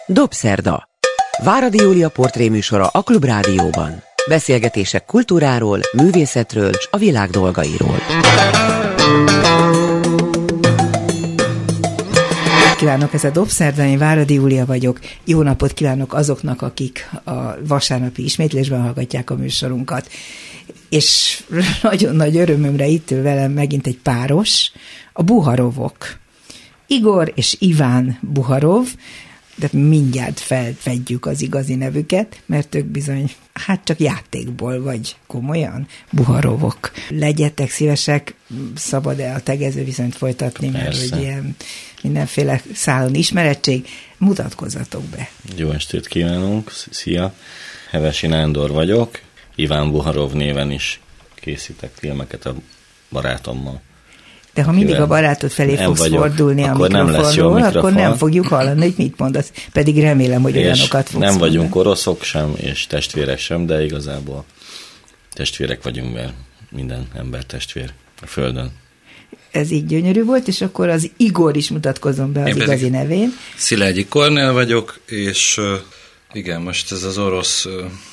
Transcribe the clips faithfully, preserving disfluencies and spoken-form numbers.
Dobszerda. Váradi Júlia portréműsora a Klubrádióban. Beszélgetések kultúráról, művészetről és a világ dolgairól. Kívánok, ez a Dobszerda, én Váradi Júlia vagyok. Jó napot kívánok azoknak, akik a vasárnapi ismétlésben hallgatják a műsorunkat. És nagyon nagy örömömre itt ül velem megint egy páros, a Buharovok. Igor és Iván Buharov, de mindjárt felfedjük az igazi nevüket, mert ők bizony, hát csak játékból, vagy komolyan Buharovok. Legyetek szívesek, szabad-e a tegező viszonyt folytatni, mert Persze. hogy ilyen mindenféle szálon ismerettség. Mutatkozzatok be. Jó estét kívánunk, szia! Hevesi Nándor vagyok, Iván Buharov néven is készítek filmeket a barátommal. De ha mindig a barátod felé fogsz vagyok, fordulni a mikrofonról, akkor nem fogjuk hallani, hogy mit mondasz. Pedig remélem, hogy olyanokat fogsz nem vagyunk mondani. oroszok sem, és testvérek sem, de igazából testvérek vagyunk, mert minden ember testvér a Földön. Ez így gyönyörű volt, és akkor az Igor is mutatkozom be az Én igazi nevén. Szilágyi Kornél vagyok, és uh, igen, most ez az orosz uh,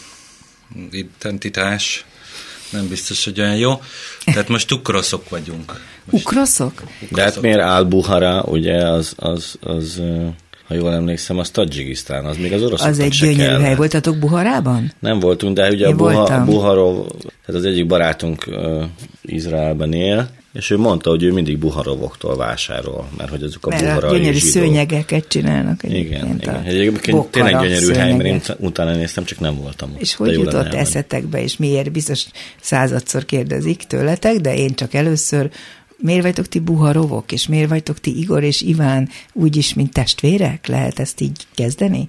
identitás nem biztos, hogy olyan jó. Tehát most ukroszok vagyunk. Most Ukroszok? De hát miért Al-Buhara, ugye, az, az, az, ha jól emlékszem, az Tadzsikisztán, az még az oroszoknak Az egy se gyönyörű kell. hely. Voltatok Buharában? Nem voltunk, de ugye Én a Buha, voltam. Buharov, tehát az egyik barátunk uh, Izraelben él, és ő mondta, hogy ő mindig Buharovoktól vásárol, mert hogy azok a Mert a buharai gyönyörű zsidók. szőnyegeket csinálnak Igen, egyébként. igen. A Egyébként tényleg bokkara gyönyörű hely, mert én szőnyegek. utána néztem, csak nem voltam ott. És De hogy jó jutott lenne eszetekbe, és miért? Biztos századszor kérdezik tőletek, de én csak először. Miért vagytok ti Buharovok, és miért vagytok ti Igor és Iván úgyis, mint testvérek? Lehet ezt így kezdeni?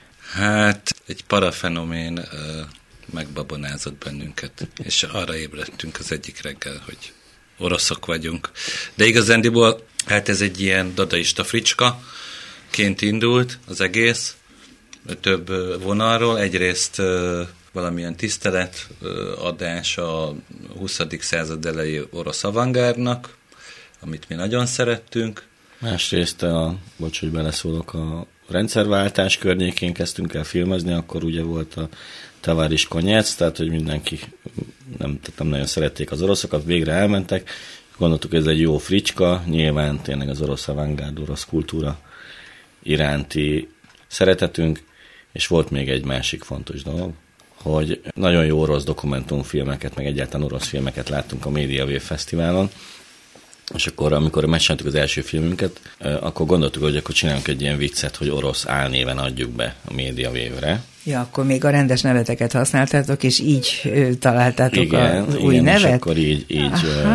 Hát egy parafenomén uh, megbabonázott bennünket, és arra ébredtünk az egyik reggel, hogy oroszok vagyunk. De igazándiból, hát ez egy ilyen dadaista fricska ként indult az egész, több vonalról. Egyrészt uh, valamilyen tisztelet uh, adás a huszadik század elejé orosz avantgárdnak, amit mi nagyon szerettünk. Másrészt, a, bocs, hogy beleszólok, a rendszerváltás környékén kezdtünk el filmezni, akkor ugye volt a Tavaris Konyec, tehát hogy mindenki nem, nem nagyon szerették az oroszokat, végre elmentek, gondoltuk, hogy ez egy jó fricska, nyilván tényleg az orosz avantgárd, orosz kultúra iránti szeretetünk, és volt még egy másik fontos dolog, hogy nagyon jó orosz dokumentumfilmeket, meg egyáltalán orosz filmeket láttunk a Media Wave Fesztiválon, és akkor, amikor megcsináltuk az első filmünket, akkor gondoltuk, hogy akkor csinálunk egy ilyen viccet, hogy orosz álnéven adjuk be a Media Wave-re. Ja, akkor még a rendes neveteket használtátok, és így ö, találtátok igen, az új igen, nevet? és akkor így... így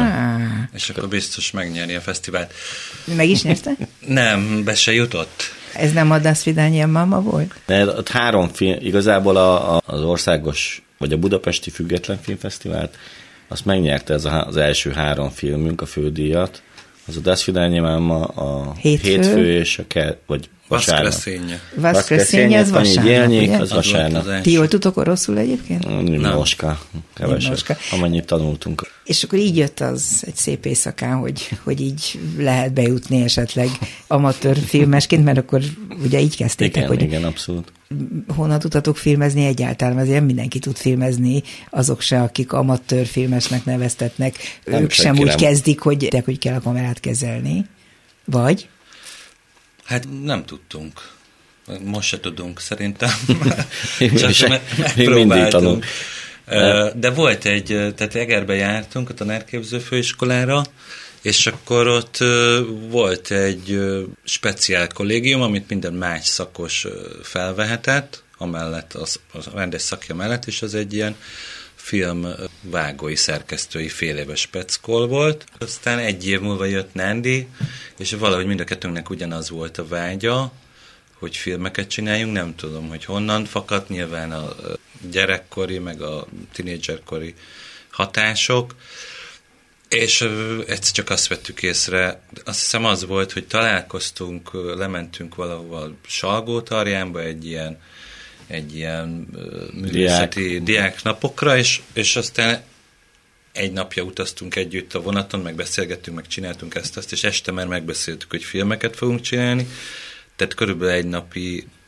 És akkor biztos megnyeri a fesztivált. Meg is nyerte? Nem, be se jutott. Ez nem a Das Vidányi Mama volt? De ott három film, igazából a, a, az országos, vagy a budapesti független filmfesztivált, azt megnyerte ez a, az első három filmünk, a fődíjat. Az a Das Vidányi Mama, a Hétfő, Hétfő és a ke, vagy vasárnap. Vaszkreszénye. Vaszkreszénye, az vasárnap, ugye? Az vasárnap. Ti jól tudtok oroszul egyébként? Moska, keveset, amennyit tanultunk. És akkor így jött az egy szép éjszakán, hogy, hogy így lehet bejutni esetleg amatőr filmesként, mert akkor ugye így kezdtétek, igen, hogy igen, abszolút. honnan tudtatok filmezni egyáltalán, azért mindenki tud filmezni, azok se, akik amatőr filmesnek neveztetnek, Nem, ők sem úgy nem. kezdik, hogy, hogy kell a kamerát kezelni. Vagy? Hát nem tudtunk. Most se tudunk, szerintem. Csak se, még mindig tanulunk. De volt egy, tehát Egerbe jártunk a tanárképző főiskolára, és akkor ott volt egy speciál kollégium, amit minden más szakos felvehetett, amellett az, az rendes szakja mellett, és az egy ilyen filmvágói, szerkesztői féléves speckol volt. Aztán egy év múlva jött Nándi, és valahogy mind a kettőnknek ugyanaz volt a vágya, hogy filmeket csináljunk, nem tudom, hogy honnan fakadt, nyilván a gyerekkori, meg a tinédzserkori hatások, és egyszer csak azt vettük észre, azt hiszem az volt, hogy találkoztunk, lementünk valahova Salgótarjánba egy ilyen, egy ilyen művészeti Diák. diáknapokra, és, és aztán egy napja utaztunk együtt a vonaton, meg beszélgettünk, meg csináltunk ezt-azt, és este már megbeszéltük, hogy filmeket fogunk csinálni, tehát körülbelül egy napi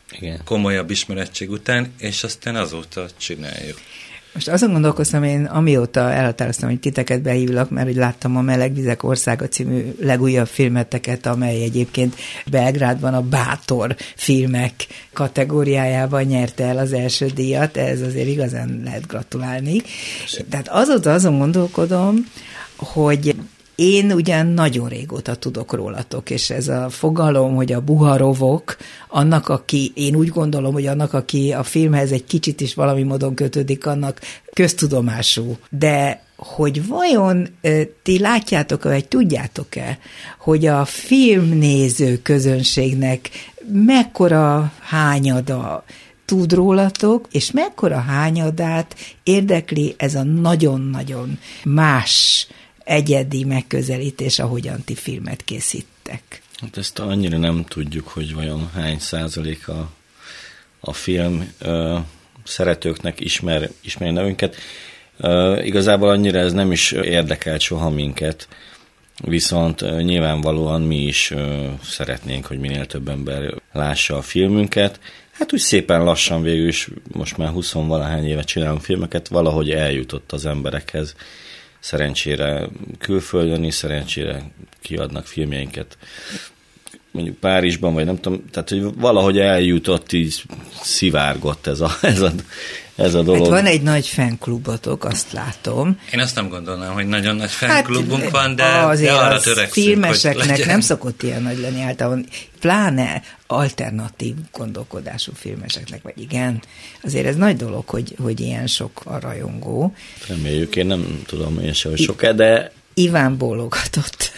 Igen. komolyabb ismerettség után, és aztán azóta csináljuk. Most azon gondolkoztam én, amióta elhatároztam, hogy titeket behívlak, mert hogy láttam a Melegvizek országa című legújabb filmeteket, amely egyébként Belgrádban a Bátor filmek kategóriájában nyerte el az első díjat, ez azért igazán lehet gratulálni. Tehát azóta azon gondolkodom, hogy én ugyan nagyon régóta tudok rólatok, és ez a fogalom, hogy a Buharovok, annak, aki, én úgy gondolom, hogy annak, aki a filmhez egy kicsit is valami módon kötődik, annak köztudomású. De hogy vajon ti látjátok-e, vagy tudjátok-e, hogy a filmnéző közönségnek mekkora hányada tud rólatok, és mekkora hányadát érdekli ez a nagyon-nagyon más egyedi megközelítés, ahogyan ti filmet készítek? Hát ezt annyira nem tudjuk, hogy vajon hány százalék a, a film ö, szeretőknek ismer, ismeri nevünket. Ö, igazából annyira ez nem is érdekelt soha minket, viszont ö, nyilvánvalóan mi is ö, szeretnénk, hogy minél több ember lássa a filmünket. Hát úgy szépen lassan végül is, most már huszonvalahány éve csinálunk filmeket, valahogy eljutott az emberekhez. Szerencsére külföldön is, szerencsére kiadnak filmjeinket mondjuk Párizsban, vagy nem tudom, tehát hogy valahogy eljutott, így szivárgott ez a, ez a, ez a dolog. Hát van egy nagy fanklubotok, azt látom. Én azt nem gondolnám, hogy nagyon nagy fanklubunk hát, van, de, azért de arra az törekszünk, filmeseknek nem szokott ilyen nagy lenni általában, pláne alternatív gondolkodású filmeseknek, vagy igen. Azért ez nagy dolog, hogy, hogy ilyen sok a rajongó. Reméljük, én nem tudom én se, hogy sok-e, de... Iván bólogatott.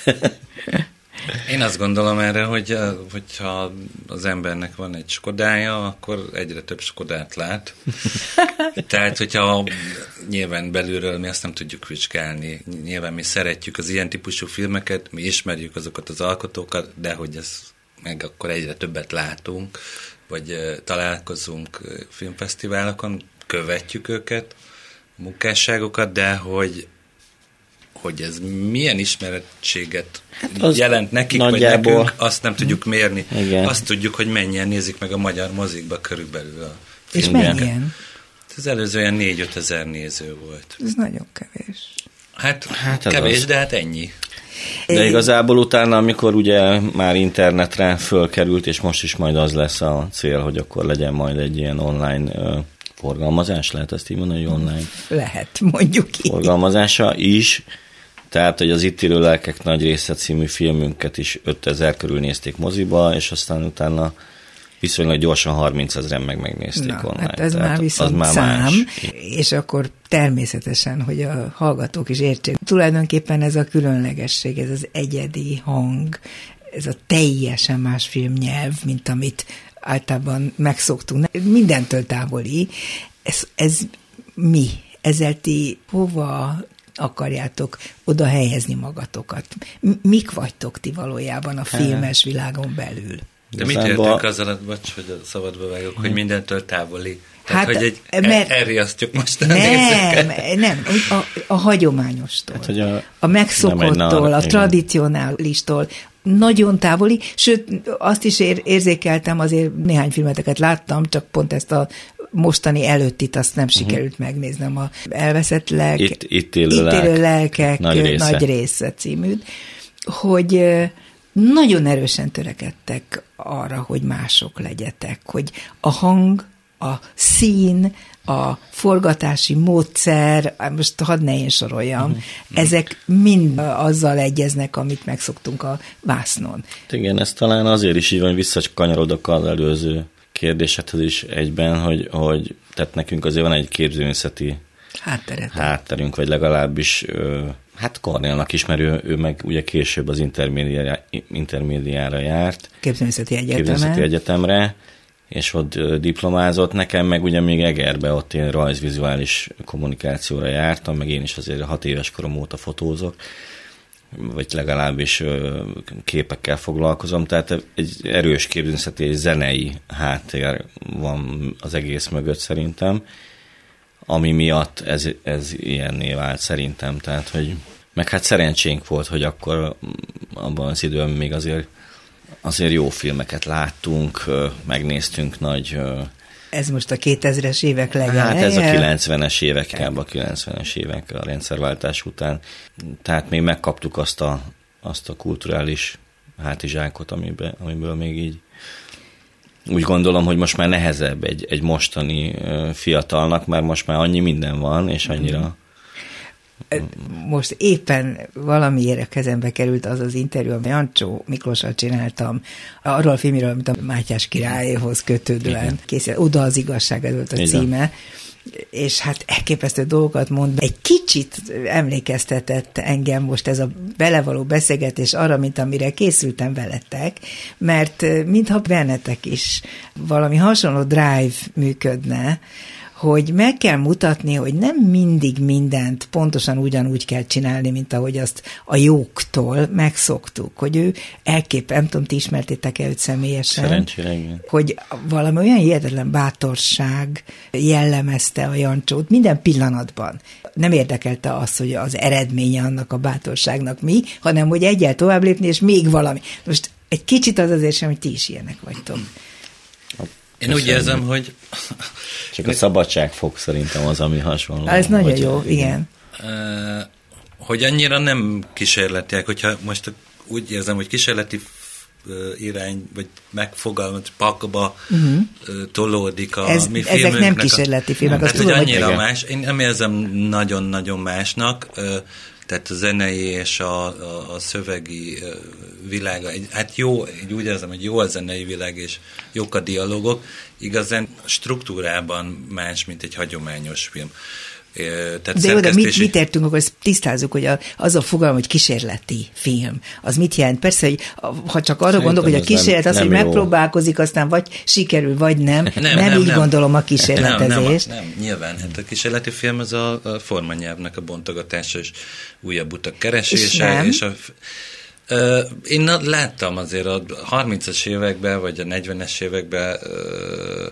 Én azt gondolom erre, hogy hogyha az embernek van egy Skodája, akkor egyre több Skodát lát. Tehát, hogyha nyilván belülről mi azt nem tudjuk vizsgálni. Nyilván mi szeretjük az ilyen típusú filmeket, mi ismerjük azokat az alkotókat, de hogy ez meg akkor egyre többet látunk, vagy találkozunk filmfesztiválokon, követjük őket, a munkásságokat, de hogy hogy ez milyen ismerettséget hát jelent nekik, nagyjából, vagy nekünk, azt nem tudjuk mérni. Igen. Azt tudjuk, hogy mennyien nézik meg a magyar mozikba körülbelül a filmeket. És mennyien? Az előző olyan négy-öt ezer néző volt. Ez nagyon kevés. Hát, hát kevés, az. De hát ennyi. De igazából utána, amikor ugye már internetre fölkerült, és most is majd az lesz a cél, hogy akkor legyen majd egy ilyen online uh, forgalmazás, lehet ezt így mondani, hogy online? Lehet, mondjuk így. Forgalmazása is. Tehát, hogy az Itt élő lelkek nagy része című filmünket is ötezer körül nézték moziba, és aztán utána viszonylag gyorsan harmincezren meg megnézték Na, online. Hát ez Tehát már viszont már szám, más. És akkor természetesen, hogy a hallgatók is értsék. Tulajdonképpen ez a különlegesség, ez az egyedi hang, ez a teljesen más filmnyelv, mint amit általában megszoktunk. Mindentől távoli. Ez, ez mi? Ezzel ti hova akarjátok oda helyezni magatokat? Mik vagytok ti valójában a filmes világon belül? De mit értünk azzal, bocs, hogy a szabadba vágok, hogy mindentől távoli? Tehát, hát, hogy egy, mert, elriasztjuk most a nem, nézőket. Nem, a, a hagyományostól, hát, a, a megszokottól, a igen. tradicionálistól, nagyon távoli, sőt, azt is ér, érzékeltem, azért néhány filmeteket láttam, csak pont ezt a mostani előttit azt nem sikerült uh-huh. megnéznem, a Elveszett lelkek, itt, itt, élő, itt lelk, élő lelkek nagy része, nagy része címűt, hogy nagyon erősen törekedtek arra, hogy mások legyetek, hogy a hang, a szín, a forgatási módszer, most hadd ne én soroljam, uh-huh. ezek mind azzal egyeznek, amit megszoktunk a vásznon. Igen, ez talán azért is így van, hogy visszakanyarodok az előző kérdésedhez is egyben, hogy, hogy tehát nekünk azért van egy képzőművészeti hátterünk, vagy legalábbis hát Kornélnak is, mert ő, ő meg ugye később az intermédiára, intermédiára járt. Képzőművészeti Egyetemre. Képzőművészeti Egyetemre, és ott diplomázott. Nekem meg ugye még Egerbe ott én rajzvizuális kommunikációra jártam, meg én is azért hat éves korom óta fotózok, vagy legalábbis képekkel foglalkozom, tehát egy erős képzőművészeti és zenei háttér van az egész mögött szerintem, ami miatt ez, ez ilyenné vált szerintem, tehát hogy meg hát szerencsénk volt, hogy akkor abban az időben még azért azért jó filmeket láttunk, megnéztünk nagy... Ez most a kétezres évek legeleje? Hát ez a kilencvenes évek, inkább a kilencvenes évek a rendszerváltás után. Tehát még megkaptuk azt a, azt a kulturális hátizsákot, amiben, amiből még így úgy gondolom, hogy most már nehezebb egy, egy mostani fiatalnak, mert most már annyi minden van, és annyira... Most éppen valamiért a kezembe került az az interjú, amit Jancsó Miklóssal csináltam, arról a filmről, amit a Mátyás királyhoz kötődően készült. Oda az igazság, ez volt a címe. És hát elképesztő dolgokat mond. Egy kicsit emlékeztetett engem most ez a belevaló beszélgetés arra, mint amire készültem veletek, mert mintha bennetek is valami hasonló drive működne, hogy meg kell mutatni, hogy nem mindig mindent pontosan ugyanúgy kell csinálni, mint ahogy azt a jóktól megszoktuk, hogy ő elkép, nem tudom, ti ismertétek-e őt személyesen? Szerencsére, igen. Hogy valami olyan hihetetlen bátorság jellemezte a Jancsót minden pillanatban. Nem érdekelte az, hogy az eredménye annak a bátorságnak mi, hanem hogy egyel tovább lépni, és még valami. Most egy kicsit az azért sem, hogy ti is ilyenek vagytok. Én Köszönöm. Úgy érzem, hogy... Csak a szabadságfok szerintem az, ami hasonló. Ez nagyon vagy, jó, igen. igen. Hogy annyira nem kísérletiek, hogyha most úgy érzem, hogy kísérleti irány, vagy megfogalmaz, pakba uh-huh. tolódik a Ez, mi filmünknek. Ezek nem kísérleti filmek. Hát, hogy annyira hogy más. Én nem érzem nagyon-nagyon másnak, tehát a zenei és a, a, a szövegi világa, hát jó, így úgy érzem, hogy jó a zenei világ, és jók a dialógok, igazán struktúrában más, mint egy hagyományos film. Tehát de jó, de mit, mit értünk, akkor ezt tisztázzuk, hogy a, az a fogalom, hogy kísérleti film, az mit jelent? Persze, hogy ha csak arra gondolok, hogy a kísérlet az, hogy jó. Megpróbálkozik, aztán vagy sikerül, vagy nem. Nem, nem, nem így nem. Gondolom a kísérletezés. Nem, nem, nem, nyilván. Hát a kísérleti film az a, a formanyelvnek a bontogatása és újabb utak keresése. És, és a, ö, én láttam azért a harmincas években, vagy a negyvenes években ö,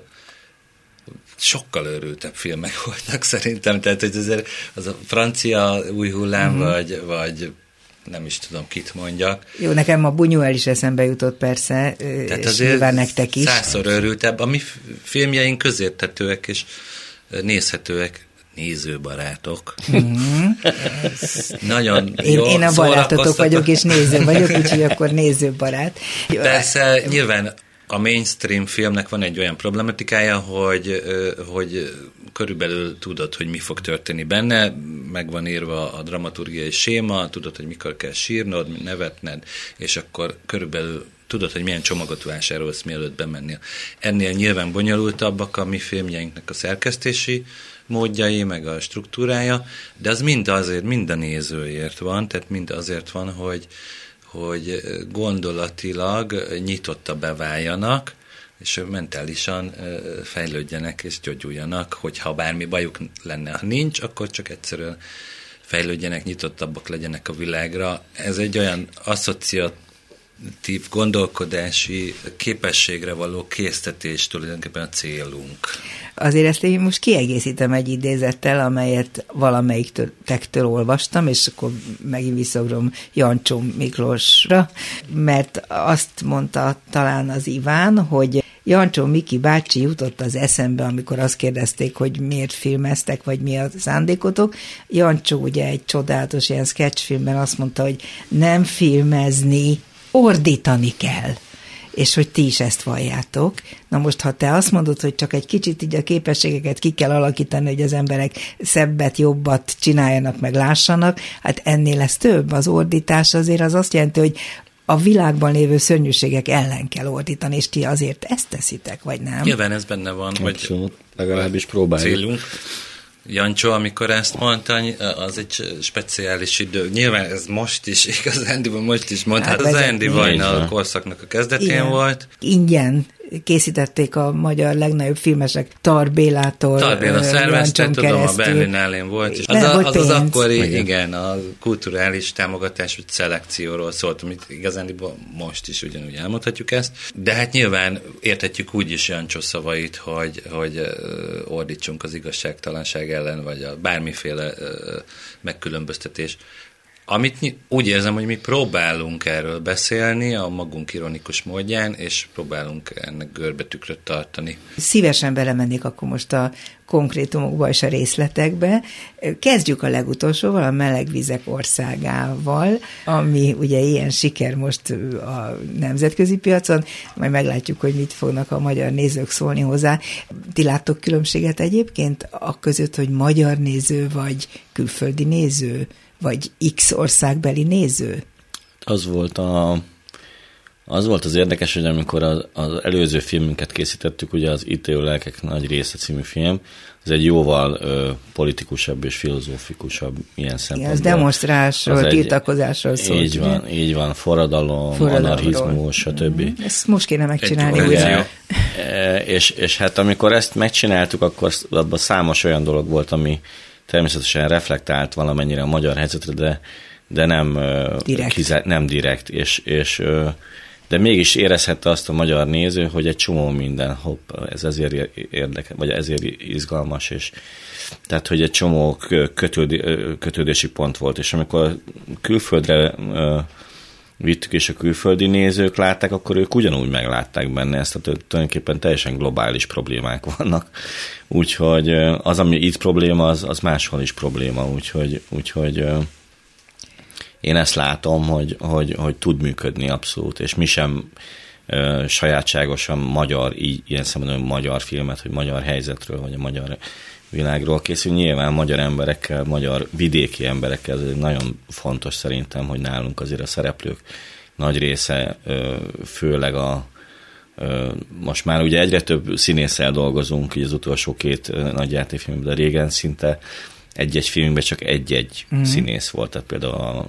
sokkal őrültebb filmek voltak szerintem, tehát hogy azért az a francia új hullám, uh-huh. vagy, vagy nem is tudom, kit mondjak. Jó, nekem a Buñuel is eszembe jutott persze, tehát és nyilván nektek is. Százszor őrültebb. A mi filmjeink közérthetőek és nézhetőek, nézőbarátok. Uh-huh. Nagyon én, jó én a barátotok vagyok, és néző vagyok, úgyhogy akkor nézőbarát. Persze, nyilván a mainstream filmnek van egy olyan problematikája, hogy, hogy körülbelül tudod, hogy mi fog történni benne, meg van írva a dramaturgiai séma, tudod, hogy mikor kell sírnod, nevetned, és akkor körülbelül tudod, hogy milyen csomagot vásárolsz, mielőtt bemennél. Ennél nyilván bonyolultabbak a mi filmjeinknek a szerkesztési módjai, meg a struktúrája, de az mind azért, mind a nézőért van, tehát mind azért van, hogy hogy gondolatilag nyitottabbá váljanak, és mentálisan fejlődjenek és gyógyuljanak, hogyha bármi bajuk lenne, ha nincs, akkor csak egyszerűen fejlődjenek, nyitottabbak legyenek a világra. Ez egy olyan asszociatív gondolkodási képességre való késztetés tulajdonképpen a célunk. Azért ezt én most kiegészítem egy idézettel, amelyet valamelyiktektől olvastam, és akkor megint visszagrom Jancsó Miklósra, mert azt mondta talán az Iván, hogy Jancsó Miki bácsi jutott az eszembe, amikor azt kérdezték, hogy miért filmeztek, vagy mi a szándékotok. Jancsó ugye egy csodálatos ilyen sketchfilmben azt mondta, hogy nem filmezni, ordítani kell. És hogy ti is ezt valljátok. Na most, ha te azt mondod, hogy csak egy kicsit így a képességeket ki kell alakítani, hogy az emberek szebbet, jobbat csináljanak, meg lássanak, hát ennél lesz több. Az ordítás azért az azt jelenti, hogy a világban lévő szörnyűségek ellen kell ordítani, és ti azért ezt teszitek, vagy nem? Nyilván ez benne van. Abszolút, legalábbis próbáljuk. Célunk. Jancsó, amikor ezt mondta, az egy speciális idő. Nyilván ez most is, igazándiban most is mondhat. Hát az Andy Vajna korszaknak a kezdetén igen. volt. Ingyen készítették a magyar legnagyobb filmesek, Tar Bélától, Tar Béla szervezte, tudom, a Berlinálén volt. És az, a, az, az akkori, igen. igen, a kulturális támogatás, vagy szelekcióról szólt, amit igazándiban most is ugyanúgy elmondhatjuk ezt. De hát nyilván érthetjük úgy is Jancsó szavait, hogy, hogy ordítsunk az igazságtalanság ellen, vagy a bármiféle megkülönböztetés. amit úgy érzem, hogy mi próbálunk erről beszélni a magunk ironikus módján, és próbálunk ennek görbetükröt tartani. Szívesen belemennék akkor most a konkrétumokba és a részletekbe. Kezdjük a legutolsóval, a Melegvizek országával, ami ugye ilyen siker most a nemzetközi piacon, majd meglátjuk, hogy mit fognak a magyar nézők szólni hozzá. Ti láttok különbséget egyébként a között, hogy magyar néző vagy külföldi néző, vagy X országbeli néző? Az volt a Az volt az érdekes, hogy amikor az, az előző filmünket készítettük, ugye az Itt élő lelkek nagy része című film, az egy jóval ö, politikusabb és filozófikusabb ilyen szempontból. Ez demonstrálásról, tiltakozásról szólt. Így van, ugye? így van, forradalom, forradalomról. Anarchizmus, stb. Mm, ezt most kéne megcsinálni. Ugye, és, és hát amikor ezt megcsináltuk, akkor abban számos olyan dolog volt, ami természetesen reflektált valamennyire a magyar helyzetre, de, de nem direkt, kizá, nem direkt és, és de mégis érezhette azt a magyar néző, hogy egy csomó minden, hopp, ez ezért érdekes, vagy ezért izgalmas, és tehát, hogy egy csomó kötődi, kötődési pont volt, és amikor külföldre vittük, és a külföldi nézők látták, akkor ők ugyanúgy meglátták benne ezt, tehát tulajdonképpen teljesen globális problémák vannak. Úgyhogy az, ami itt probléma, az, az máshol is probléma, úgyhogy, úgyhogy én ezt látom, hogy, hogy, hogy tud működni abszolút, és mi sem ö, sajátságosan magyar, így, ilyen szemben magyar filmet, hogy magyar helyzetről, vagy a magyar világról készül. Nyilván magyar emberekkel, magyar vidéki emberekkel, ez nagyon fontos szerintem, hogy nálunk azért a szereplők nagy része, ö, főleg a ö, most már ugye egyre több színésszel dolgozunk, így az utolsó két ö, nagy játékfilmben, de régen szinte egy-egy filmben csak egy-egy mm. színész volt, tehát például a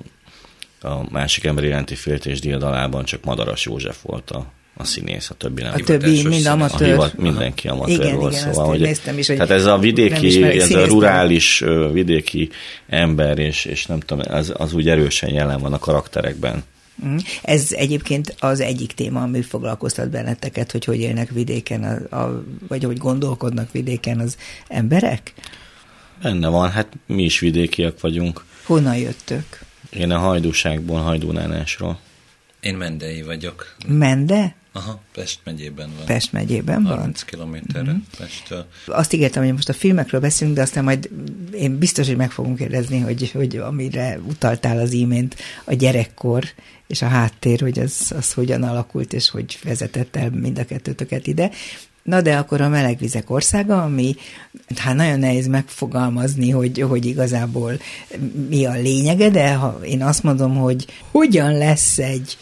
A másik ember iránti féltés diadalában csak Madaras József volt a, a színész, a többi nem. A többi mind amatőr. Hivat, mindenki amatőr igen, volt. Igen, szóval, hogy, néztem is, hogy tehát ez a vidéki, ez színésztem. a rurális vidéki ember, és, és nem tudom, az, az úgy erősen jelen van a karakterekben. Ez egyébként az egyik téma, ami foglalkoztat benneteket, hogy hogy élnek vidéken, a, a, vagy hogy gondolkodnak vidéken az emberek? Benne van, hát mi is vidékiek vagyunk. Honnan jöttök? Én a Hajdúságból, Hajdúnánásról. Én mendei vagyok. Mende? Aha, Pest megyében van. Pest megyében van? harminc kilométerre mm-hmm. Pesttől. Azt ígértem, hogy most a filmekről beszélünk, de aztán majd én biztos, hogy meg fogunk kérdezni, hogy, hogy amire utaltál az imént, a gyerekkor és a háttér, hogy az, az hogyan alakult, és hogy vezetett el mind a kettőtöket ide. Na de akkor a Melegvizek országa, ami hát nagyon nehéz megfogalmazni, hogy, hogy igazából mi a lényege, de ha én azt mondom, hogy hogyan lesz egy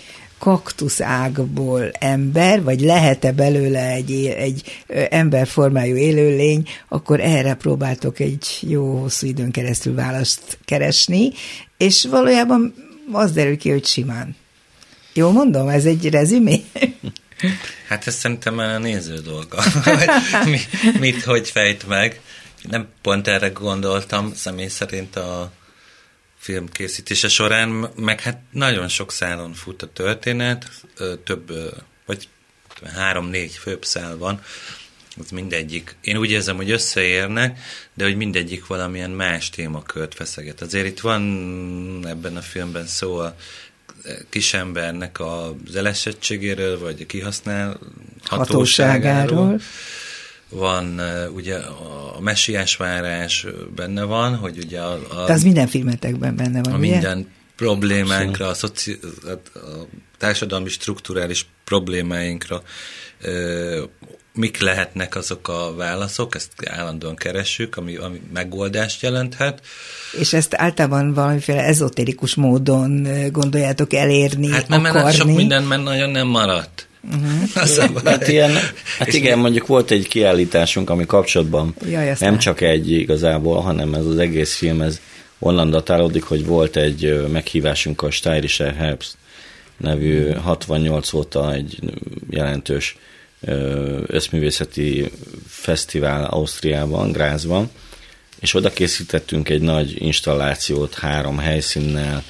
kaktuszágból ember, vagy lehet-e belőle egy, egy emberformájú élőlény, akkor erre próbáltok egy jó hosszú időn keresztül választ keresni, és valójában az derül ki, hogy simán. Jól mondom, ez egy rezümé? Hát ez szerintem már a néző dolga. Mi, mit, hogy fejt meg. Nem pont erre gondoltam személy szerint a film készítése során, meg hát nagyon sok szálon fut a történet, több, vagy három-négy főbb szál van, az mindegyik. Én úgy érzem, hogy összeérnek, de hogy mindegyik valamilyen más témakört feszeget. Azért itt van ebben a filmben szó a kisembernek az elesettségéről, vagy a kihasználhatóságáról. Van ugye a messiásvárás benne van, hogy ugye a, a, az minden filmetekben benne van, a ugye? minden problémánkra, a, szoci, a, a társadalmi strukturális problémáinkra ö, mik lehetnek azok a válaszok, ezt állandóan keressük, ami, ami megoldást jelenthet. És ezt általában valamiféle ezotérikus módon gondoljátok elérni, hát mert akarni? Hát sok minden mert nagyon nem maradt. Uh-huh. Hát, ilyen, hát igen, mondjuk volt egy kiállításunk, ami kapcsolatban Jaj, nem csak egy igazából, hanem ez az egész film, ez onnan datálódik, hogy volt egy meghívásunk a Steirischer Herbst nevű hatvannyolc óta egy jelentős összművészeti fesztivál Ausztriában, Grázban, és oda készítettünk egy nagy installációt három helyszínnel,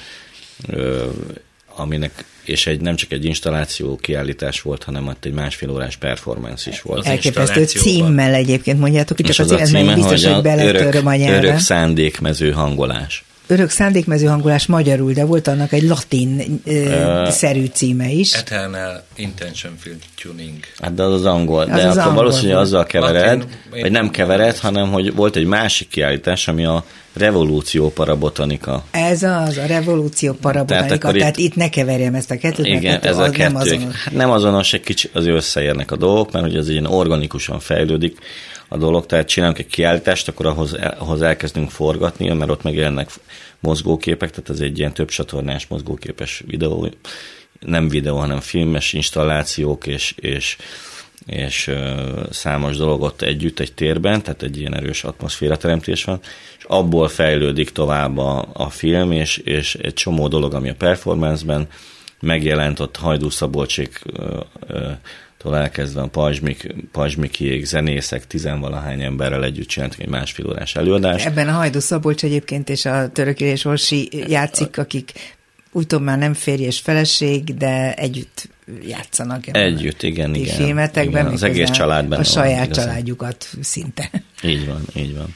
aminek, és egy, nem csak egy installáció kiállítás volt, hanem ott egy másfél órás performance is volt. Elképesztő címmel egyébként mondjátok, hogy csak az, az a címe, biztos, hogy, hogy beletöröm a nyelvre. Örök szándékmező hangolás. Örök szándékmező hangolás magyarul, de volt annak egy latin-szerű címe is. Eternal Intention Film Tuning. Hát de az az angol. Az de az akkor angol valószínűleg volt. azzal kevered, Latin, vagy nem kevered, hanem hogy volt egy másik kiállítás, ami a Revolúció Parabotanika. Ez az, a revolúció parabotanika, tehát, tehát itt, itt ne keverjem ezt a kettőt, igen, mert ez az a nem kettő. azonos. Hát nem azonos, egy kicsit az összeérnek a dolgok, mert hogy az ilyen organikusan fejlődik a dolog, tehát csinálunk egy kiállítást, akkor ahhoz, ahhoz elkezdünk forgatni, mert ott megjelennek mozgóképek, tehát ez egy ilyen több csatornás mozgóképes videó, nem videó, hanem filmes installációk és, és, és uh, számos dolog ott együtt egy térben, tehát egy ilyen erős atmoszférateremtés van, és abból fejlődik tovább a, a film, és, és egy csomó dolog, ami a performance-ben megjelent, ott Hajdú Szabolcsék uh, uh, tól elkezdve a Pajzsmik, Pajzsmikiék, zenészek, tizenvalahány emberrel együtt csináltak egy másfél órás előadást. Ebben a Hajdú Szabolcs egyébként és a Török és Orsi játszik, akik úgy tudom már nem férj és feleség, de együtt játszanak. Együtt, igen, igen. Filmetekben, igen, az egész családban. A saját igazán. Családjukat szinte. Így van, így van.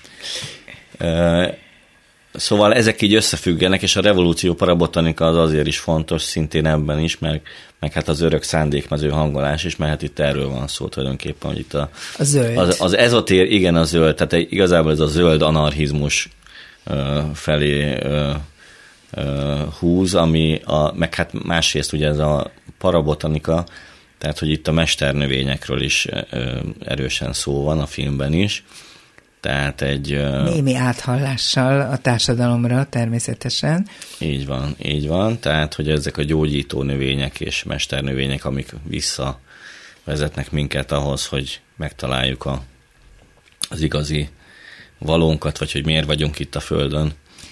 Uh, Szóval ezek így összefüggenek, és a revolúció parabotanika az azért is fontos, szintén ebben is, meg, meg hát az örök szándékmező hangolás is, mert hát itt erről van szó tulajdonképpen, hogy itt a, a zöld. Az, az ezotér, igen, a zöld, tehát igazából ez a zöld anarchizmus uh, felé uh, uh, húz, ami a, meg hát másrészt ugye ez a parabotanika, tehát hogy itt a mesternövényekről is uh, erősen szó van a filmben is. Tehát egy... Némi áthallással a társadalomra természetesen. Így van, így van. Tehát, hogy ezek a gyógyító növények és mesternövények, amik visszavezetnek minket ahhoz, hogy megtaláljuk a, az igazi valónkat, vagy hogy miért vagyunk itt a Földön.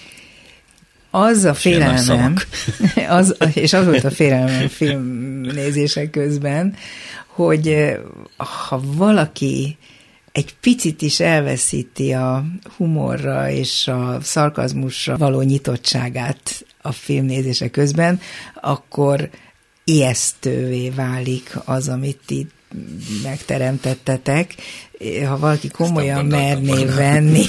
Az a félelmem, az, és az volt a félelmem filmnézések közben, hogy ha valaki egy picit is elveszíti a humorra és a szarkazmusra való nyitottságát a filmnézése közben, akkor ijesztővé válik az, amit itt megteremtettetek. Ha valaki komolyan merné venni,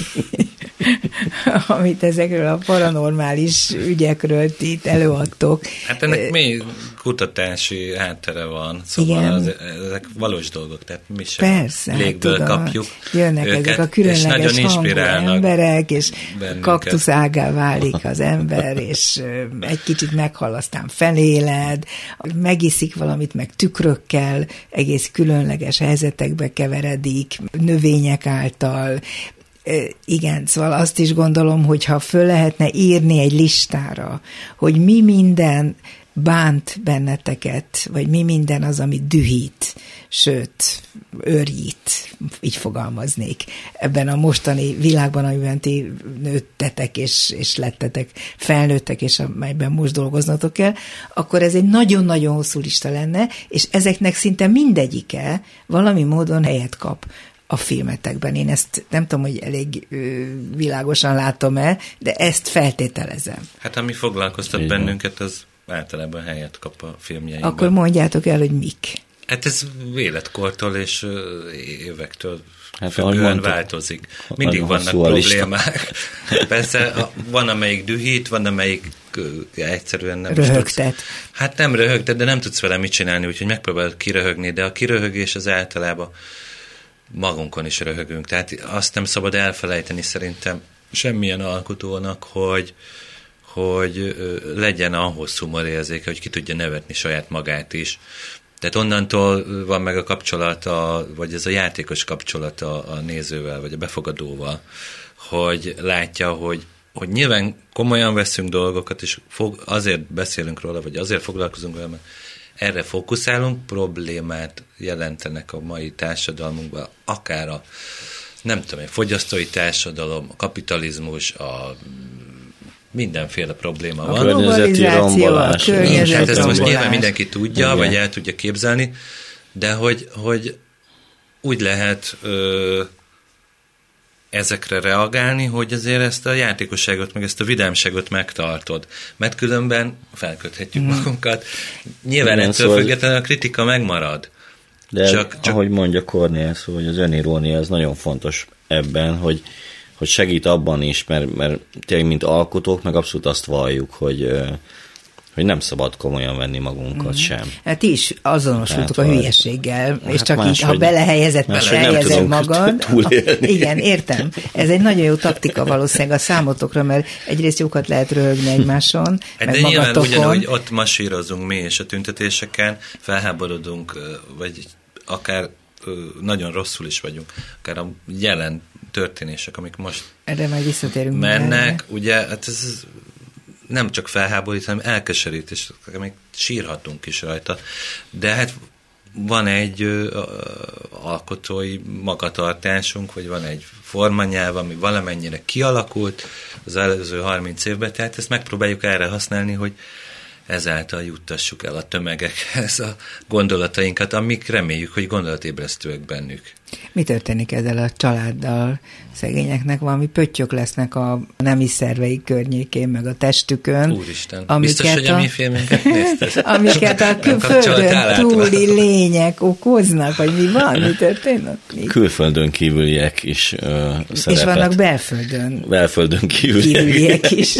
amit ezekről a paranormális ügyekről itt előadtok. Hát ennek mély kutatási háttere van, szóval az, ezek valós dolgok, tehát mi sem persze, légből tudom, kapjuk jönnek őket, ezek a különleges hangú emberek, és bennünket. kaktuszágá válik az ember, és egy kicsit meghal, aztán feléled, megiszik valamit, meg tükrökkel, egész különleges helyzetekbe keveredik, növények által. Igen, szóval azt is gondolom, hogy ha föl lehetne írni egy listára, hogy mi minden bánt benneteket, vagy mi minden az, ami dühít, sőt, örjít, így fogalmaznék, ebben a mostani világban, amiben ti nőttetek és, és lettetek, felnőttek, és amelyben most dolgoznatok el, akkor ez egy nagyon-nagyon hosszú lista lenne, és ezeknek szinte mindegyike valami módon helyet kap a filmetekben. Én ezt nem tudom, hogy elég ö, világosan látom-e, de ezt feltételezem. Hát ami foglalkoztat így bennünket, az általában helyet kap a filmjeinkben. Akkor mondjátok el, hogy mik. Hát ez életkortól és évektől hát, függően változik. Mindig vannak problémák. Persze van, amelyik dühít, van, amelyik egyszerűen nem röhögtet. Tudsz, hát nem röhögtet, de nem tudsz vele mit csinálni, úgyhogy megpróbálod kiröhögni, de a kiröhögés az általában magunkon is röhögünk. Tehát azt nem szabad elfelejteni szerintem semmilyen alkotónak, hogy, hogy legyen ahhoz humorérzéke, hogy ki tudja nevetni saját magát is. Tehát onnantól van meg a kapcsolata, vagy ez a játékos kapcsolata a nézővel, vagy a befogadóval, hogy látja, hogy, hogy nyilván komolyan veszünk dolgokat, és fog, azért beszélünk róla, vagy azért foglalkozunk vele, mert erre fókuszálunk, problémát jelentenek a mai társadalmunkban, akár a, nem tudom, a fogyasztói társadalom, a kapitalizmus, a mindenféle probléma a van. A környezeti rombolás. Hát ezt most nyilván mindenki tudja, igen, vagy el tudja képzelni, de hogy, hogy úgy lehet ö, ezekre reagálni, hogy azért ezt a játékosságot, meg ezt a vidámságot megtartod. Mert különben felköthetjük mm. magunkat. Nyilván igen, ettől szóval függetlenül a kritika megmarad. De csak, csak... ahogy mondja Kornél, szóval, hogy az önirónia az nagyon fontos ebben, hogy hogy segít abban is, mert, mert tényleg mint alkotók, meg abszolút azt valljuk, hogy hogy nem szabad komolyan venni magunkat mm. sem. Hát ti is azonosultok a hülyességgel, hát és csak más, így, ha belehelyezed, belehelyezed magad. Túlélni. Igen, értem. Ez egy nagyon jó taktika valószínűleg a számotokra, mert egyrészt jókat lehet röhögni egymáson, de meg nyilván magatokon. ugyanúgy ott masírozunk mi, és a tüntetéseken felháborodunk, vagy akár nagyon rosszul is vagyunk, akár a jelen történések, amik most erre majd visszatérünk mennek, mindenre. ugye, hát ez nem csak felháborít, hanem elkeserít, és még sírhatunk is rajta. De hát van egy ö, alkotói magatartásunk, vagy van egy formanyelv, ami valamennyire kialakult az előző harminc évben, tehát ezt megpróbáljuk erre használni, hogy ezáltal juttassuk el a tömegekhez a gondolatainkat, amik reméljük, hogy gondolatébresztőek bennük. Mi történik ezzel a családdal? Szegényeknek valami pöttyök lesznek a nemi szerveik környékén, meg a testükön. Úristen, biztos, hogy a mi filmünket nézted? Amiket a földön túli lények okoznak, vagy mi van? Mi történik? Külföldön kívüliek is uh, szerepet. És vannak belföldön. Belföldön kívüliek. kívüliek is.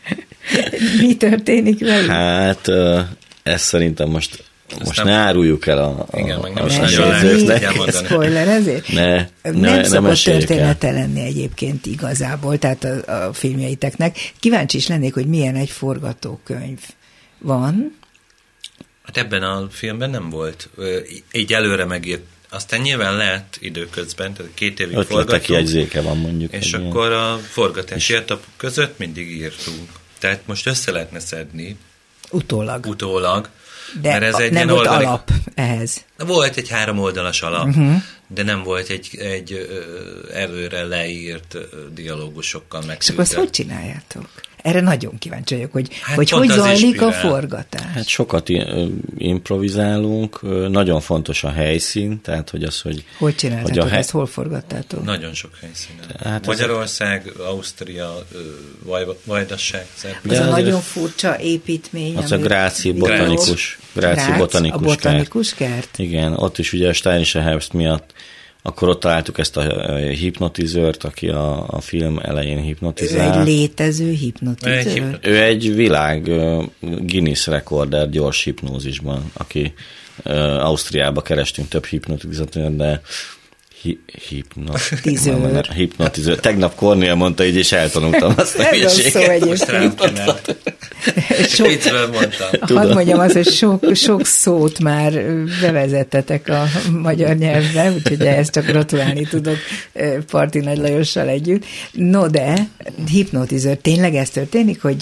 Mi történik velük? Hát uh, ezt szerintem most Most nem, ne áruljuk el a, a, igen, meg nem a nézőknek. Spoiler ezért? Ne, nem ne, szokott története lenni egyébként igazából, tehát a, a filmjeiteknek. Kíváncsi is lennék, hogy milyen egy forgatókönyv van. Hát ebben a filmben nem volt. Így előre megírt. Aztán nyilván lehet időközben, tehát két évig forgatunk. jegyzéke van mondjuk. És akkor ilyen. A forgatási etapok között mindig írtunk. Tehát most össze lehetne szedni. Utólag. Utólag. De mert ez egy nem volt organik... alap ehhez. Volt egy három oldalas alap, uh-huh. de nem volt egy, egy előre leírt dialógusokkal megszűrte. És akkor ezt hogy csináljátok? Erre nagyon kíváncsi vagyok, hogy hát hogy, hogy zajlik inspirál. A forgatás. Hát sokat improvizálunk, nagyon fontos a helyszín, tehát hogy az, hogy... Hogy csináltátok hogy hely... ezt, hol forgattátok? Nagyon sok helyszínen. Hát Magyarország, ez... Ausztria, Vajdaság. Ez a nagyon furcsa építmény. Az a Gráci botanikus, Gráci botanikus, a botanikus kert. kert. Igen, ott is ugye a Steinische Herbst miatt akkor ott találtuk ezt a hipnotizőrt, aki a, a film elején hipnotizál. Ő egy létező hipnotizőr? Egy, ő egy világ uh, Guinness rekorder gyors hipnózisban, aki uh, Ausztriába kerestünk több hipnotizőt, de hi, hipnotizőr. hipnotizőr. Tegnap Kornél mondta így, és eltanultam azt a hülyeséget. Most rám kínált. Sok, hadd mondjam azt, hogy sok, sok szót már bevezettetek a magyar nyelvbe, úgyhogy ezt csak gratulálni tudok Parti Nagy Lajossal együtt. No de, hipnotizőr, tényleg ez történik, hogy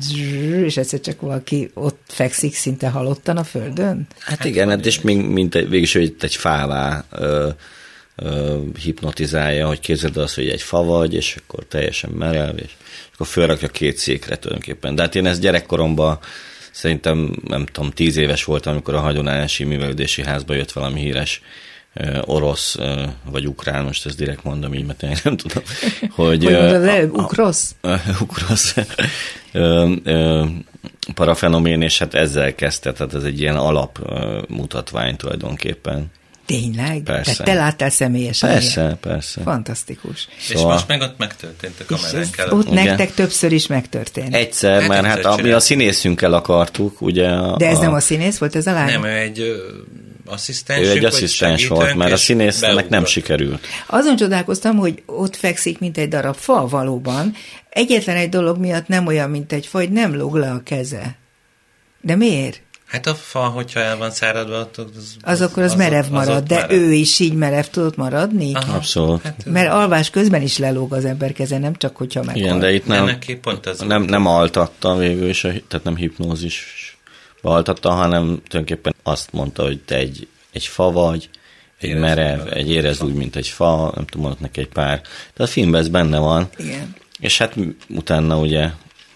és egyszer csak valaki ott fekszik szinte halottan a földön? Hát, hát igen, hát és mint egy, végülis egy, egy fává ö, ö, hipnotizálja, hogy képzeld azt, hogy egy fa vagy, és akkor teljesen merev, és akkor fölrakja két székre tulajdonképpen. De hát én ezt gyerekkoromban szerintem, nem tudom, tíz éves voltam, amikor a Hagyományosi Művelődési Házba jött valami híres uh, orosz, uh, vagy ukrán, most ezt direkt mondom így, mert én nem tudom, hogy... Hogy mondod előbb, ukrosz? Ukrosz. uh, uh, parafenomén, és hát ezzel kezdte, tehát ez egy ilyen alapmutatvány tulajdonképpen. Tényleg? Persze. Tehát te láttál személyesen? Persze, ilyen? persze. Fantasztikus. Szóval... És most meg ott megtörtént a kameránkkel. Ott igen. Nektek többször is megtörtént. Egyszer, hát mert hát a, mi a színészünkkel akartuk, ugye. A, De ez a... nem a színész volt, ez a lány? Nem, ő egy ö, asszisztens. Ő egy asszisztens volt, mert a színésznek nem sikerült. Azon csodálkoztam, hogy ott fekszik, mint egy darab fa valóban. Egyetlen egy dolog miatt nem olyan, mint egy fa, hogy nem lóg le a keze. De miért? Hát a fa, hogyha el van száradva, az, az, az akkor az, az merev marad, az de merev. Ő is így merev tudott maradni? Aha, abszolút. Hát, mert alvás közben is lelóg az ember keze, nem csak hogyha meghal. Igen, de itt nem, pont az nem, nem altatta végül is, tehát nem hipnózisba altatta, hanem tulajdonképpen azt mondta, hogy te egy, egy fa vagy, egy érez merev, úgy, egy érez úgy, mint egy fa, nem tudom, mondott neki egy pár. De a filmben ez benne van. Igen. És hát utána ugye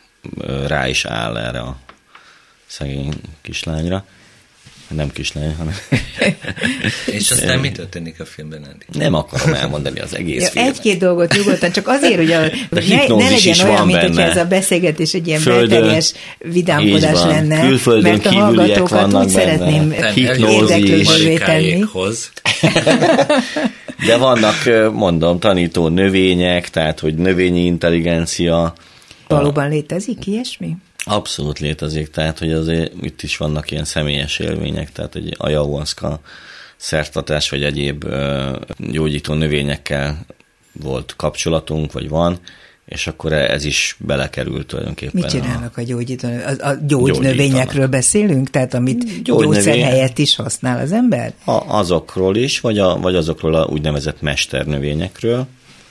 rá is áll erre a szegény kislányra. Nem kislány, hanem... És aztán mi történik a filmben, Andy? Nem akarom elmondani az egész ja, filmet. Egy-két dolgot nyugodtan, csak azért, hogy a, ne, ne legyen olyan, mint hogyha ez a beszélgetés egy ilyen belterjes vidámkodás lenne, külföldön mert a hallgatókat úgy szeretném érdeklődővé tenni. De vannak, mondom, tanító növények, tehát, hogy növényi intelligencia. Valóban létezik ilyesmi? Abszolút létezik, tehát, hogy azért itt is vannak ilyen személyes élmények, tehát egy ayahuasca szertartás, vagy egyéb gyógyító növényekkel volt kapcsolatunk, vagy van, és akkor ez is belekerült tulajdonképpen. Mit csinálnak a, a gyógyító A, a gyógynövényekről beszélünk? Tehát amit gyógyszer helyett is használ az ember? A, azokról is, vagy, a, vagy azokról a úgynevezett mesternövényekről,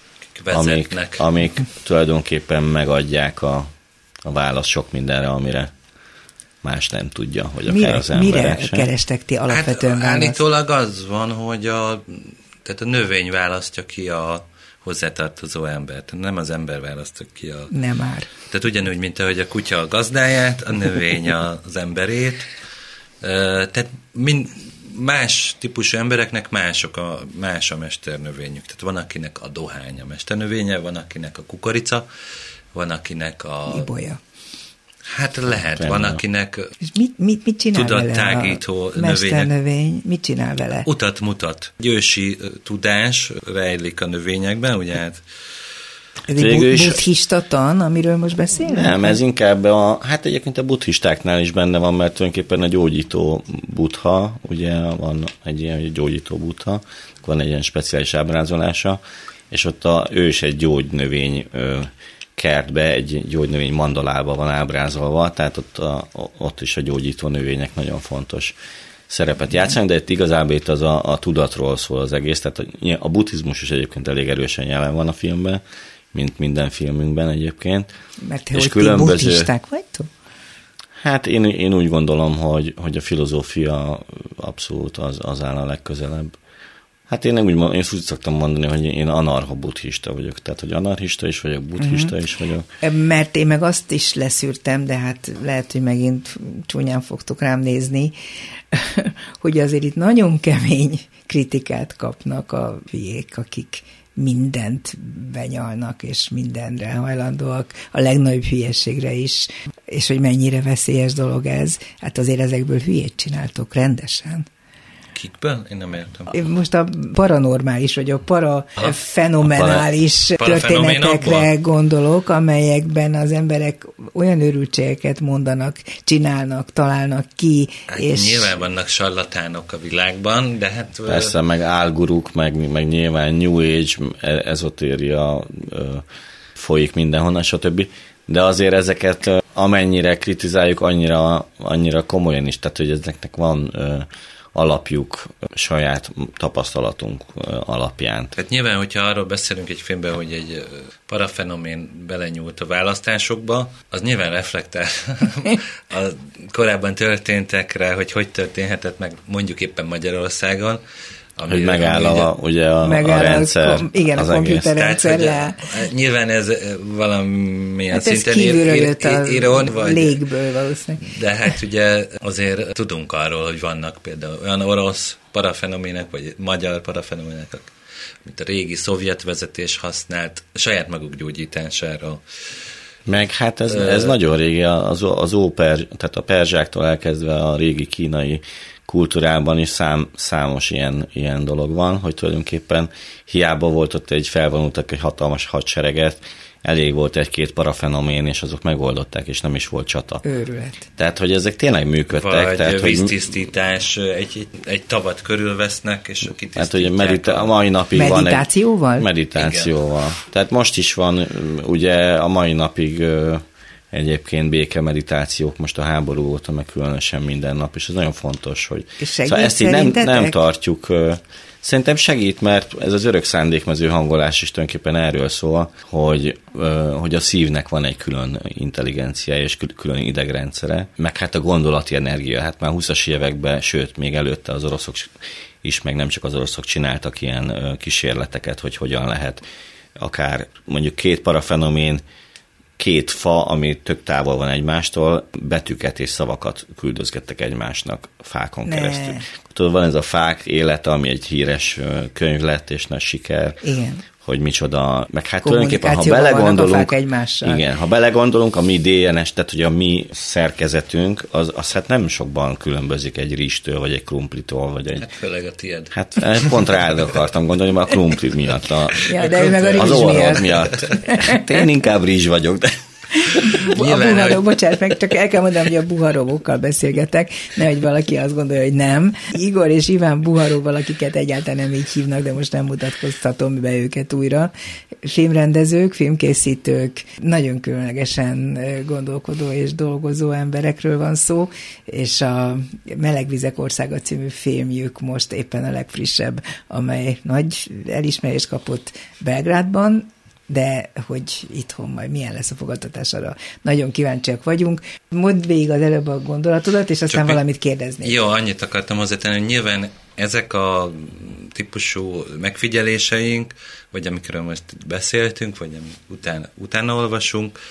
amik, amik tulajdonképpen megadják a, a választ sok mindenre, amire más nem tudja, hogy akár mire, az emberek mire sem. kerestek ti alapvetően hát, választ? Állítólag az van, hogy a, tehát a növény választja ki a hozzátartozó embert. Nem az ember választja ki a... Nem már. Tehát ugyanúgy, mint ahogy a kutya a gazdáját, a növény az emberét. Tehát mind, más típusú embereknek mások a, más a mesternövényük. Tehát van, akinek a dohány a mesternövénye, van, akinek a kukorica, van, akinek a... Ibolya. Hát lehet, Rendben. Van, akinek és mit, mit, mit csinál tudattágító vele a mesternövény? Mit csinál vele? Utat mutat. Ősi tudás rejlik a növényekben, ugye hát... Ez egy is... buddhista tan, amiről most beszélünk? Nem, ez inkább a, hát egyébként a buddhistáknál is benne van, mert tulajdonképpen a gyógyító buddha, ugye van egy ilyen gyógyító buddha, van egy ilyen speciális ábrázolása, és ott a, ő is egy gyógynövény kertbe, egy gyógynövény mandalába van ábrázolva, tehát ott, a, ott is a gyógyító növények nagyon fontos szerepet játszanak, de itt igazából itt az a, a tudatról szól az egész, tehát a, a buddhizmus is egyébként elég erősen jelen van a filmben, mint minden filmünkben egyébként. Mert te, és hogy különböző... ti buddhisták vagytok? Hát én, én úgy gondolom, hogy, hogy a filozófia abszolút az, az áll a legközelebb. Hát én, úgy, én úgy szoktam mondani, hogy én anarcho-buddhista vagyok, tehát hogy anarchista is vagyok, buddhista uh-huh. is vagyok. Mert én meg azt is leszűrtem, de hát lehet, hogy megint csúnyán fogtok rám nézni, hogy azért itt nagyon kemény kritikát kapnak a hülyék, akik mindent benyalnak, és mindenre hajlandóak, a legnagyobb hülyességre is, és hogy mennyire veszélyes dolog ez. Hát azért ezekből hülyét csináltok rendesen. Kikből? Én nem értem. Én most a paranormális, vagy a parafenomenális történetekre gondolok, amelyekben az emberek olyan őrültségeket mondanak, csinálnak, találnak ki. Hát és... nyilván vannak sarlatánok a világban, de hát... Persze, meg álguruk, meg, meg nyilván New Age, ezotéria folyik mindenhonnan, stb. De azért ezeket amennyire kritizáljuk, annyira, annyira komolyan is, tehát hogy ezeknek van alapjuk saját tapasztalatunk alapján. Tehát nyilván, hogyha arról beszélünk egy filmben, hogy egy parafenomén belenyúlt a választásokba, az nyilván reflektál a korábban történtekre, hogy hogy történhetett meg mondjuk éppen Magyarországon. Ami, hogy megáll a, ugye a, megáll a rendszer. A, igen, az a komputerrendszer le. Nyilván ez valamilyen hát szinten kívülről jött a íron, vagy, légből valószínűleg. De hát ugye azért tudunk arról, hogy vannak például olyan orosz parafenomének, vagy magyar parafenomének, mint a régi szovjet vezetés használt saját maguk gyógyítására. Meg hát ez, ez nagyon régi, az, az óper, tehát a perzsáktól elkezdve a régi kínai kultúrában is szám, számos ilyen, ilyen dolog van, hogy tulajdonképpen hiába volt ott egy felvonultak egy hatalmas hadsereget, elég volt egy-két parafenomén, és azok megoldották, és nem is volt csata. Őrület. Tehát, hogy ezek tényleg működtek. Vagy tehát, víztisztítás, hogy... egy, egy, egy tavat körülvesznek, és kitisztítják. Hát, hogy medita- a mai napig meditációval? Van egy meditációval? Igen. Tehát most is van, ugye a mai napig egyébként békemeditációk most a háború óta, meg különösen minden nap, és ez nagyon fontos, hogy szóval ezt így nem, nem tartjuk. Szerintem segít, mert ez az örök szándékmező hangolás is tulajdonképpen erről szól, hogy, hogy a szívnek van egy külön intelligenciája és külön idegrendszere, meg hát a gondolati energia, hát már húszas években, sőt, még előtte az oroszok is, meg nem csak az oroszok csináltak ilyen kísérleteket, hogy hogyan lehet akár mondjuk két parafenomén, két fa, ami tök távol van egymástól, betűket és szavakat küldözgettek egymásnak fákon ne. keresztül. Tudod, van ez a Fák élete, ami egy híres könyv lett, és nagy siker. Igen. hogy micsoda, meg hát tulajdonképpen, ha belegondolunk, igen, ha belegondolunk, a mi dé en es, tehát hogy a mi szerkezetünk, az, az hát nem sokban különbözik egy rizstől, vagy egy krumplitól, vagy egy... Hát főleg a tiéd. Hát pont rád akartam gondolni, mert a krumpli miatt, a, ja, de meg a az orrod miatt. miatt. Hát én inkább rizs vagyok, de... A buharok, bocsánat, meg csak el kell mondanom, hogy a buharovokkal beszélgetek, nehogy valaki azt gondolja, hogy nem. Igor és Iván Buharovval, akiket egyáltalán nem így hívnak, de most nem mutatkoztatom be őket újra. Filmrendezők, filmkészítők, nagyon különlegesen gondolkodó és dolgozó emberekről van szó, és a Melegvizek országa című filmjük most éppen a legfrissebb, amely nagy elismerést kapott Belgrádban, de hogy itthon majd milyen lesz a fogadtatás, arra nagyon kíváncsiak vagyunk. Mondd végig az előbb a gondolatodat, és aztán Csak valamit kérdezni. Jó, annyit akartam hozzátenni, hogy nyilván ezek a típusú megfigyeléseink, vagy amikről most beszéltünk, vagy amit utána, utána olvasunk,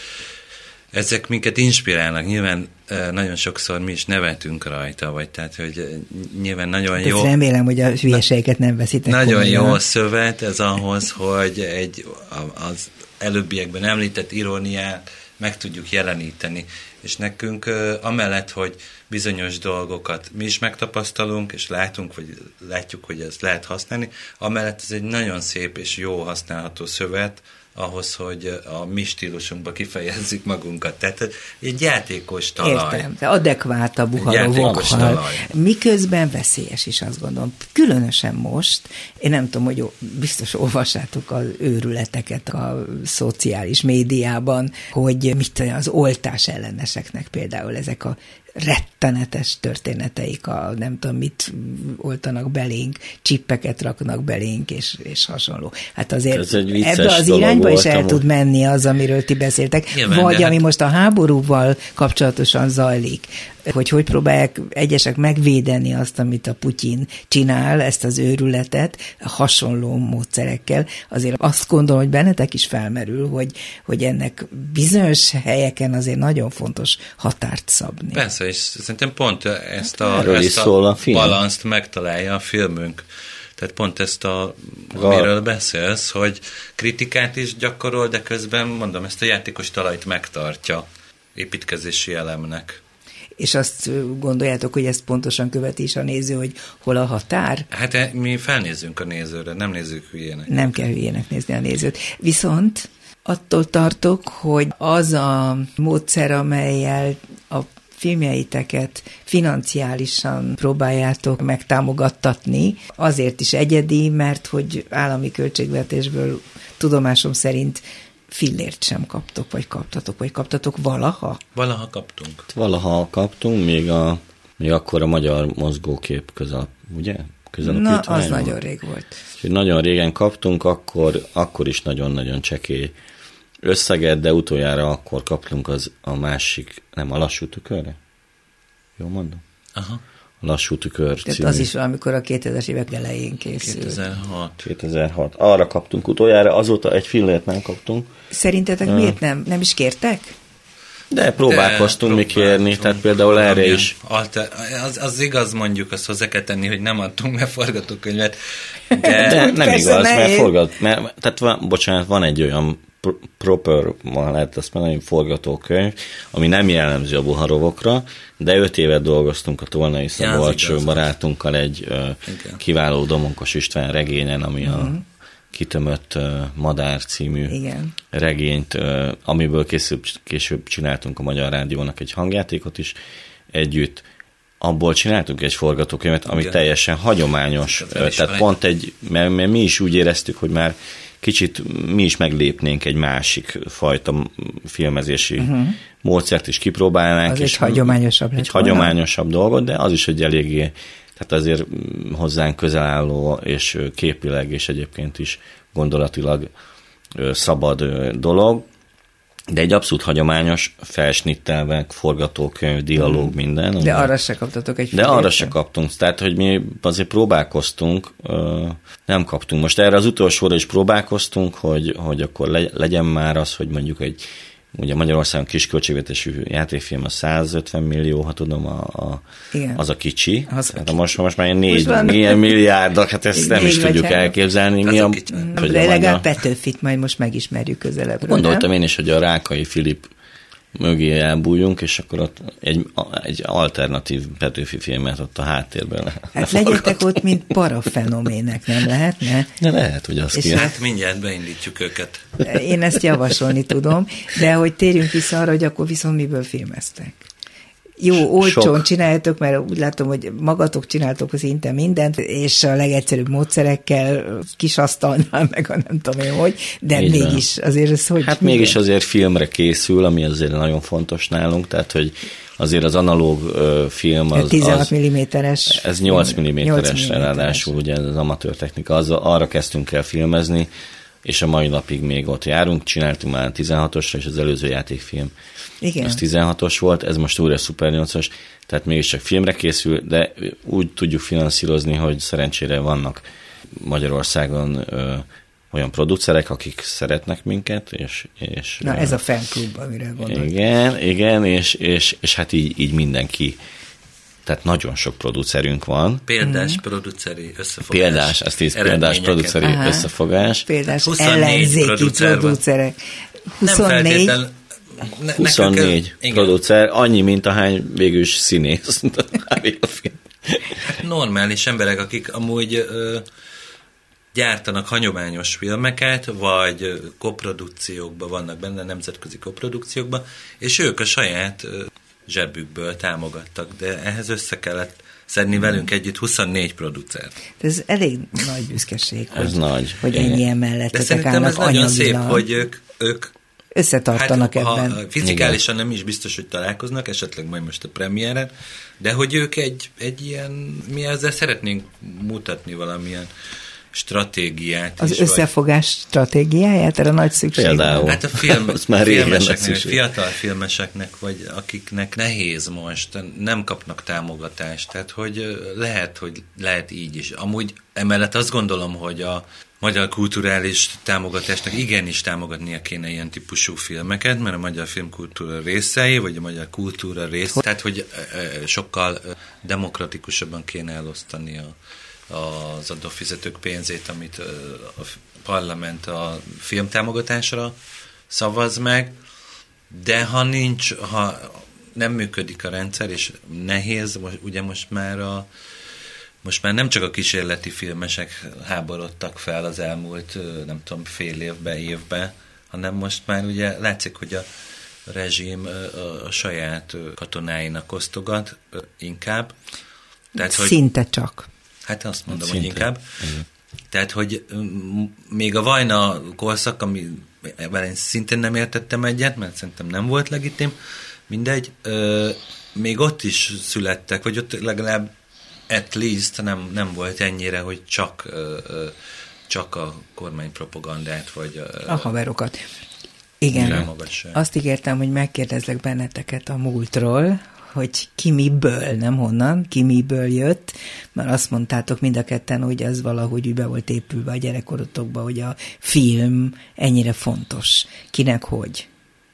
ezek minket inspirálnak. Nyilván nagyon sokszor mi is nevetünk rajta, vagy tehát, hogy nyilván nagyon jó... Remélem, hogy a hülyeségeket nem veszitek. Nagyon komolyan. Jó szövet ez ahhoz, hogy egy, az előbbiekben említett iróniát meg tudjuk jeleníteni. És nekünk amellett, hogy bizonyos dolgokat mi is megtapasztalunk, és látunk, vagy látjuk, hogy ezt lehet használni, amellett ez egy nagyon szép és jó használható szövet, ahhoz, hogy a mi stílusunkba kifejezzük magunkat. Tehát egy játékos talaj. Értem, de adekvát a buharovokkal. Miközben veszélyes is, azt gondolom. Különösen most, én nem tudom, hogy biztos olvassátok az őrületeket a szociális médiában, hogy mit tudom, az oltás elleneseknek például ezek a rettenetes történeteik, a nem tudom mit oltanak belénk, csippeket raknak belénk, és, és hasonló. Hát azért ebbe az irányba is el tud menni az, amiről ti beszéltek, nyilván, vagy ami hát... most a háborúval kapcsolatosan zajlik, hogy hogy próbálják egyesek megvédeni azt, amit a Putyin csinál, ezt az őrületet, hasonló módszerekkel. Azért azt gondolom, hogy bennetek is felmerül, hogy, hogy ennek bizonyos helyeken azért nagyon fontos határt szabni. Persze, és szerintem pont ezt a, ezt a, a balanszt megtalálja a filmünk. Tehát pont ezt, a, amiről beszélsz, hogy kritikát is gyakorol, de közben, mondom, ezt a játékos talajt megtartja építkezési elemnek. És azt gondoljátok, hogy ezt pontosan követi is a néző, hogy hol a határ? Hát mi felnézzünk a nézőre, nem nézzük hülyének. Nem kell hülyének nézni a nézőt. Viszont attól tartok, hogy az a módszer, amellyel a filmjeiteket financiálisan próbáljátok megtámogattatni, azért is egyedi, mert hogy állami költségvetésből tudomásom szerint fillért sem kaptok, vagy kaptatok, vagy kaptatok valaha? Valaha kaptunk. Valaha kaptunk, még, a, még akkor a Magyar Mozgókép közel, ugye? Na, az nagyon rég volt. És nagyon régen kaptunk, akkor, akkor is nagyon-nagyon csekély összeget, de utoljára akkor kaptunk az a másik, nem a Lassú tükörre? Jól mondom? Aha. A Lassú tükör című. Tehát az is valamikor a kétezres évek elején készült. kétezer-hat. kétezer-hat. Arra kaptunk utoljára, azóta egy fillért nem kaptunk. Szerintetek uh. miért nem? Nem is kértek? De próbálkoztunk mi kérni, tehát például erre is. Alter, az, az igaz, mondjuk, azt hozzá kell tenni, hogy nem adtunk meg forgatókönyvet. De, de nem igaz, mert forgat, mert, tehát van, bocsánat, van egy olyan proper, van lehet azt mondani, forgatókönyv, ami nem jellemző a Buharovokra, de öt évet dolgoztunk a Tolnai Szabolcs ja, barátunkkal egy uh, kiváló Domonkos István regényen, ami uh-huh. a Kitömött uh, Madár című Igen. regényt, uh, amiből később, később csináltunk a Magyar Rádiónak egy hangjátékot is együtt. Abból csináltunk egy forgatókönyvet, ami Igen. teljesen hagyományos. Uh, tehát pont egy, mert, mert mi is úgy éreztük, hogy már kicsit mi is meglépnénk egy másik fajta filmezési uh-huh. módszert is kipróbálnánk. Az és egy hagyományosabb Egy hagyományosabb dolgot, de az is egy eléggé, tehát azért hozzánk közel álló, és képileg, és egyébként is gondolatilag szabad dolog, de egy abszolút hagyományos felsnittelvek, forgatókönyv, dialóg, hmm. minden. De ugye? Arra se kaptatok egy De arra sem. se kaptunk. Tehát, hogy mi azért próbálkoztunk, nem kaptunk. Most erre az utolsóra is próbálkoztunk, hogy, hogy akkor legyen már az, hogy mondjuk egy ugye Magyarországon kis költségvetésű játékfilm a százötven millió, ha tudom, a, a, az a kicsi. Az hát a most, most már négy milyen milliárdok, hát ezt nem is tudjuk három. elképzelni. Mi a, a, de legalább Petőfit majd most megismerjük közelebbről. Gondoltam én is, hogy a Rákai Filip mögé elbújjunk, és akkor ott egy, egy alternatív Petőfi filmet ott a háttérben. Hát legyetek ott, mint parafenomének, nem lehetne? De lehet, hogy azt ki. Hát mindjárt beindítjuk őket. Én ezt javasolni tudom, de hogy térjünk vissza arra, hogy akkor viszont miből filmeztek. Jó, olcsón Sok. csináljátok, mert úgy látom, hogy magatok csináltok szinte mindent, és a legegyszerűbb módszerekkel, kis asztalnál, meg a nem tudom én hogy, de így mégis van. Azért ez hogy... Hát mégis azért filmre készül, ami azért nagyon fontos nálunk, tehát hogy azért az analóg uh, film az... tizenhat milliméteres. Ez nyolc milliméteres, ráadásul ugye ez az amatőr technika, az, arra kezdtünk el filmezni, és a mai napig még ott járunk, csináltunk már tizenhatosra, és az előző játékfilm igen. az tizenhatos volt, ez most újra Szuper nyolcas, tehát mégiscsak filmre készül, de úgy tudjuk finanszírozni, hogy szerencsére vannak Magyarországon ö, olyan producerek, akik szeretnek minket, és... és Na ez a fanklub, amire gondolok. Igen, igen, és, és, és hát így, így mindenki, tehát nagyon sok producerünk van. Példás mm. produceri összefogás. Példás, ezt is példás produceri Aha. összefogás. Példás ellenzéki producerek. huszonnégy Nem Ne, huszonnégy producer, annyi, mint ahány végül is színész. Normális emberek, akik amúgy ö, gyártanak hagyományos filmeket, vagy koprodukciókban vannak benne, nemzetközi koprodukciókban, és ők a saját ö, zsebükből támogattak, de ehhez össze kellett szedni hmm. velünk együtt huszonnégy producer. Ez elég nagy büszkeség, ez hogy, nagy. hogy ennyi emelletetek állnak anyagilag. De szerintem ez nagyon szép, hogy ők, ők összetartanak hát, ebben. Ha fizikálisan nem is biztos, hogy találkoznak, esetleg majd most a premiéren, de hogy ők egy, egy ilyen, mi ezzel szeretnénk mutatni valamilyen stratégiát. Az is, összefogás vagy... stratégiáját, erre nagy szükség. Például. Hát a film, filmeseknek, fiatal filmeseknek, vagy akiknek nehéz most, nem kapnak támogatást, tehát hogy lehet, hogy lehet így is. Amúgy emellett azt gondolom, hogy a magyar kulturális támogatásnak igenis támogatnia kéne ilyen típusú filmeket, mert a magyar filmkultúra részei, vagy a magyar kultúra része, tehát hogy sokkal demokratikusabban kéne elosztani a, az adófizetők pénzét, amit a parlament a filmtámogatásra szavaz meg, de ha nincs, ha nem működik a rendszer, és nehéz, ugye most már a Most már nem csak a kísérleti filmesek háborodtak fel az elmúlt, nem tudom, fél évben, évben, hanem most már ugye látszik, hogy a rezsim a, a saját katonáinak osztogat inkább. Tehát, Szinte hogy, csak. Hát azt mondom, Szinte. hogy inkább. Igen. Tehát, hogy még a Vajna korszak, amivel én szintén nem értettem egyet, mert szerintem nem volt legitim, mindegy, még ott is születtek, vagy ott legalább at least nem, nem volt ennyire, hogy csak, csak a kormánypropagandát, vagy a haverokat. Igen. Azt ígértem, hogy megkérdezlek benneteket a múltról, hogy ki miből, nem honnan, ki miből jött, mert azt mondtátok mind a ketten, hogy ez valahogy úgy be volt épülve a gyerekkorotokba, hogy a film ennyire fontos. Kinek hogy?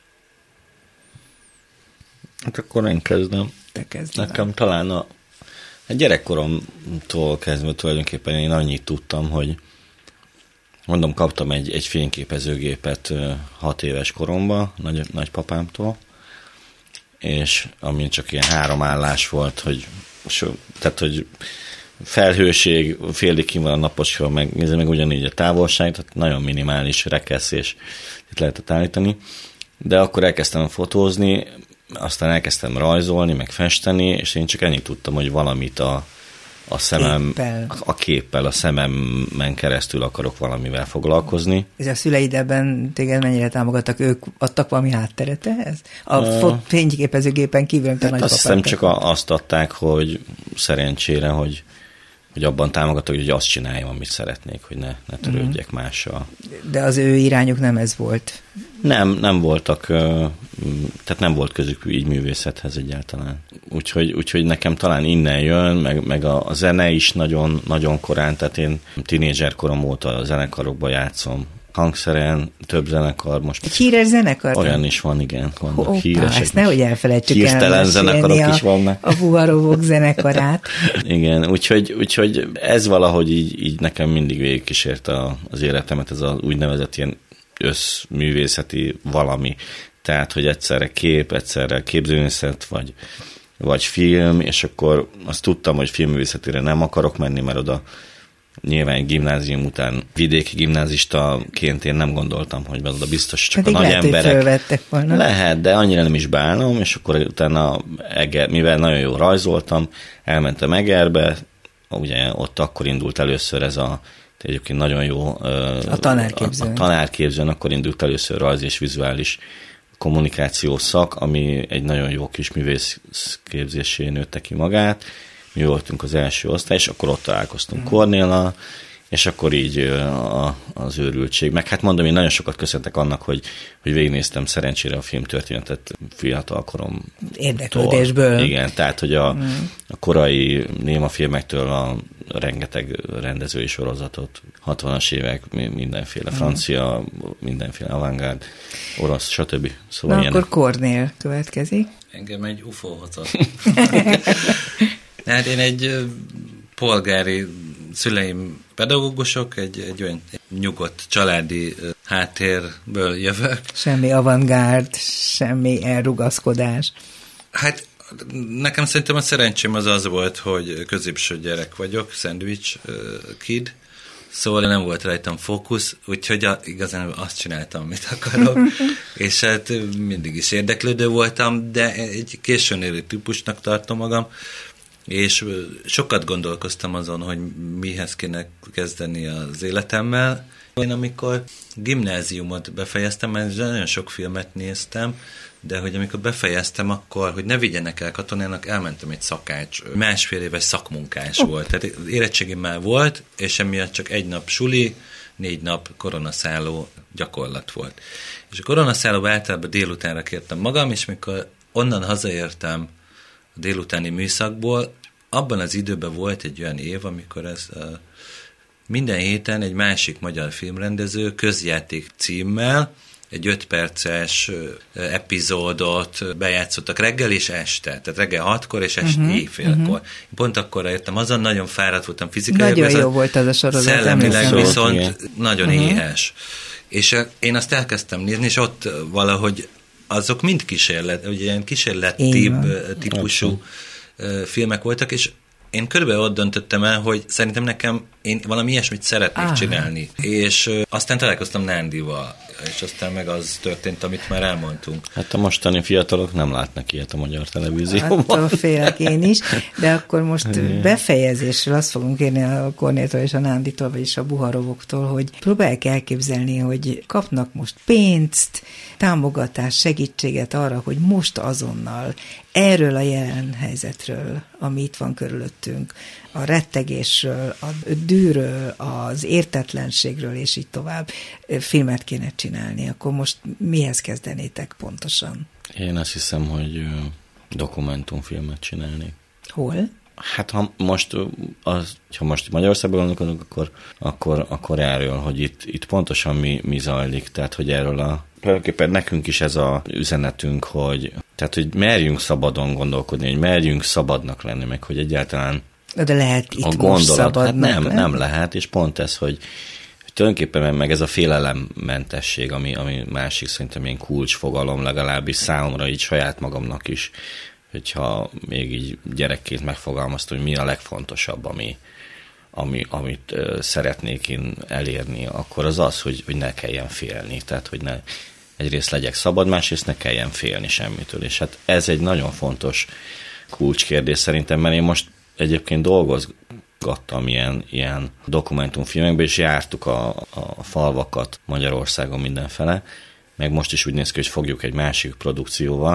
Hát akkor én kezdem. Te kezd. Nekem el. talán a A gyerekkoromtól kezdve tulajdonképpen én annyit tudtam, hogy mondom, kaptam egy, egy fényképezőgépet hat éves koromban, nagy, nagypapámtól, és amin csak ilyen három állás volt, hogy, tehát, hogy felhőség, félig ki van a naposka, meg, meg ugyanígy a távolság, tehát nagyon minimális rekeszés itt lehetett állítani, de akkor elkezdtem fotózni, aztán elkezdtem rajzolni, meg festeni, és én csak ennyit tudtam, hogy valamit a, a szemem, képpel. a képpel, a szememmen keresztül akarok valamivel foglalkozni. És a szüleid ebben téged mennyire támogattak? Ők adtak valami hátteret ehhez? A uh, fényképezőgépen kívül, mint a hát azt hiszem csak azt adták, hogy szerencsére, hogy hogy abban támogatok, hogy azt csináljam, amit szeretnék, hogy ne, ne törődjek mm. mással. De az ő irányuk nem ez volt? Nem, nem voltak, tehát nem volt közük így művészethez egyáltalán. Úgyhogy, úgyhogy nekem talán innen jön, meg, meg a, a zene is nagyon, nagyon korán, tehát én tínédzser korom óta a zenekarokban játszom, hangszeren, több zenekar most. Egy híres zenekar? Olyan is van, igen. Vannak Hoppá, híresek. ezt nehogy elfelejtsük el. Hirtelen zenekarok a, is vannak. A Buharovok zenekarát. Igen, úgyhogy, úgyhogy ez valahogy így, így nekem mindig végigkísért a, az életemet, ez az úgynevezett ilyen összművészeti valami. Tehát, hogy egyszerre kép, egyszerre képzőművészet, vagy, vagy film, és akkor azt tudtam, hogy filmművészetére nem akarok menni, mert oda nyilván gimnázium után vidéki gimnázistaként én nem gondoltam, hogy oda biztos csak pedig a nagy lehet, emberek. Volna. Lehet, de annyira nem is bánom, és akkor utána, Eger, mivel nagyon jól rajzoltam, elmentem Egerbe, ugye ott akkor indult először ez a egyébként nagyon jó a tanárképzőn. A, a tanárképzőn akkor indult először rajz és vizuális kommunikációs szak, ami egy nagyon jó kis művészképzésé nőtte ki magát. Mi voltunk az első osztály, és akkor ott találkoztunk mm. Kornéllal, és akkor így a, az őrültség. Meg hát mondom, én nagyon sokat köszöntek annak, hogy, hogy végignéztem szerencsére a filmtörténetet fiatal koromtól. Érdeklődésből. Igen, tehát, hogy a, mm. a korai némafilmektől a rengeteg rendezői sorozatot, hatvanas évek, mindenféle mm. francia, mindenféle avantgárd, orosz, stb. Szóval na ilyenek. Akkor Kornél következik. Engem egy ufó hozott. Hát én egy polgári szüleim pedagógusok, egy, egy olyan nyugodt családi háttérből jövök. Semmi avantgárd, semmi elrugaszkodás. Hát nekem szerintem a szerencsém az az volt, hogy középső gyerek vagyok, szendvics kid, szóval nem volt rajtam fókusz, úgyhogy a, igazán azt csináltam, amit akarok, és hát mindig is érdeklődő voltam, de egy későn érő típusnak tartom magam, és sokat gondolkoztam azon, hogy mihez kéne kezdeni az életemmel. Én amikor gimnáziumot befejeztem, mert nagyon sok filmet néztem, de hogy amikor befejeztem, akkor, hogy ne vigyenek el katonának, elmentem egy szakács, másfél éves szakmunkás oh. volt. Tehát érettségim már volt, és emiatt csak egy nap suli, négy nap koronaszálló gyakorlat volt. És a koronaszállóban általában délutánra kértem magam, és mikor onnan hazaértem a délutáni műszakból, abban az időben volt egy olyan év, amikor ez uh, minden héten egy másik magyar filmrendező közjáték címmel egy öt perces uh, epizódot bejátszottak reggel és este. Tehát reggel hatkor és este uh-huh, éjfélkor. Uh-huh. Pont akkorra értem azon, nagyon fáradt voltam fizikailag. Nagyon jó volt az a sorozat. Szellemileg viszont igen. nagyon uh-huh. éhes. És uh, én azt elkezdtem nézni, és ott valahogy azok mind kísérlet, ugye ilyen kísérlettíp típusú okay. filmek voltak, és én körülbelül ott döntöttem el, hogy szerintem nekem én valami ilyesmit szeretnék ah. csinálni. És aztán találkoztam Nándival, és aztán meg az történt, amit már elmondtunk. Hát a mostani fiatalok nem látnak ilyet a magyar televízióban. Attól félek én is, de akkor most befejezésről azt fogunk kérni a Kornéltól és a Nánditól, vagyis a Buharovoktól, hogy próbálják elképzelni, hogy kapnak most pénzt, támogatást, segítséget arra, hogy most azonnal erről a jelen helyzetről, ami itt van körülöttünk, a rettegésről, a dűről, az értetlenségről, és így tovább filmet kéne csinálni, akkor most mihez kezdenétek pontosan? Én azt hiszem, hogy dokumentumfilmet csinálni. Hol? Hát ha most, az, ha most Magyarországban gondolkodunk, akkor, akkor, akkor erről, hogy itt, itt pontosan mi, mi zajlik, tehát hogy erről a tulajdonképpen nekünk is ez az üzenetünk, hogy tehát, hogy merjünk szabadon gondolkodni, hogy merjünk szabadnak lenni, meg hogy egyáltalán de lehet itt a gondolat, szabadnak hát nem, lenni? nem lehet, és pont ez, hogy, hogy tulajdonképpen meg ez a félelemmentesség, ami, ami másik szerintem ilyen kulcsfogalom, legalábbis számomra így saját magamnak is, hogyha még így gyerekként megfogalmaztam, hogy mi a legfontosabb, ami, ami, amit uh, szeretnék én elérni, akkor az az, hogy, hogy ne kelljen félni. Tehát, hogy ne, egyrészt legyek szabad, másrészt ne kelljen félni semmitől. És hát ez egy nagyon fontos kulcskérdés szerintem, mert én most egyébként dolgozgattam ilyen, ilyen dokumentumfilmekben, és jártuk a, a falvakat Magyarországon mindenfele, meg most is úgy néz ki, hogy fogjuk egy másik produkcióval,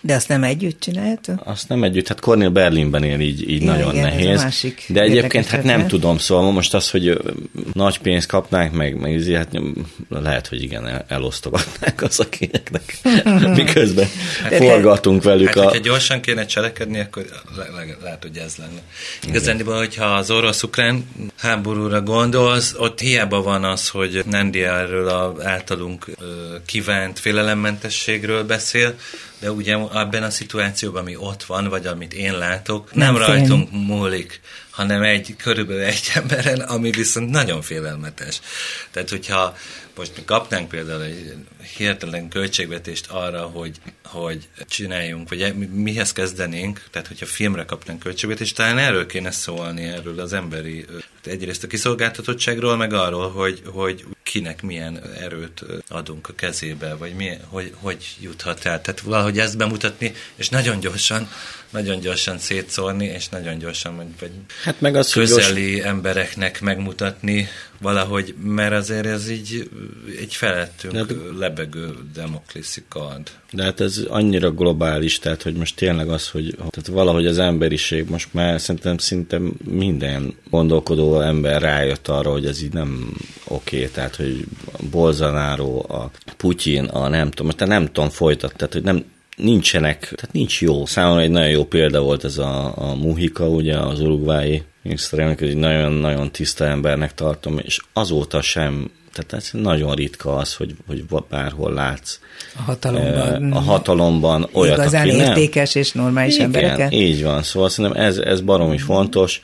De azt nem együtt csináljátok? Azt nem együtt, hát Kornél Berlinben él, így, így ja, nagyon igen, nehéz. De egyébként hát nem tudom, szóval most az, hogy nagy pénzt kapnánk, meg, meg hát lehet, hogy igen, el, elosztogatnánk az akinek, miközben hát, forgatunk velük. Hát, a... hogyha gyorsan kéne cselekedni, akkor le, le, lehet, hogy ez lenne. Igazándiból, hogyha az orosz-ukrán háborúra gondolsz, ott hiába van az, hogy Nandi erről az általunk kívánt félelemmentességről beszél, de ugye abban a szituációban, ami ott van, vagy amit én látok, nem, nem rajtunk múlik, hanem egy, körülbelül egy emberen, ami viszont nagyon félelmetes. Tehát, hogyha most mi kapnánk például egy hirtelen költségvetést arra, hogy, hogy csináljunk, vagy mihez kezdenénk, tehát hogyha filmre kapnánk költségvetést, talán erről kéne szólni, erről az emberi, egyrészt a kiszolgáltatottságról, meg arról, hogy, hogy kinek milyen erőt adunk a kezébe, vagy milyen, hogy, hogy juthat el. Tehát valahogy ezt bemutatni, és nagyon gyorsan, nagyon gyorsan szétszórni, és nagyon gyorsan, vagy hát meg az, közeli gyors... embereknek megmutatni valahogy, mert azért ez így egy felettünk de, lebegő demoklészi kard. De hát ez annyira globális, tehát hogy most tényleg az, hogy tehát valahogy az emberiség most már szerintem szinte minden gondolkodó ember rájött arra, hogy ez így nem oké, tehát hogy Bolsonaro, a Putyin, a nem tudom, tehát nem tudom folytatni, tehát hogy nem nincsenek, tehát nincs jó. Számomra egy nagyon jó példa volt ez a, a Mujica, ugye az uruguayi miniszterelnök, egy nagyon-nagyon tiszta embernek tartom, és azóta sem, tehát ez nagyon ritka az, hogy, hogy bárhol látsz. A hatalomban. A hatalomban olyat, igazán aki értékes nem. És normális igen, embereket. Így van, szóval szerintem ez, ez baromi fontos,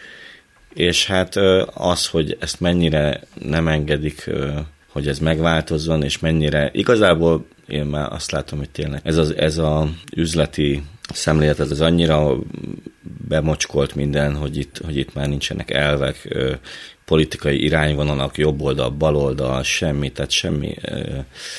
és hát az, hogy ezt mennyire nem engedik, hogy ez megváltozzon, és mennyire igazából én már azt látom, hogy tényleg ez az ez a üzleti szemlélet, ez az annyira bemocskolt minden, hogy itt, hogy itt már nincsenek elvek, politikai irányvonalak, jobb oldal, bal oldal, semmi, tehát semmi. Uh-huh.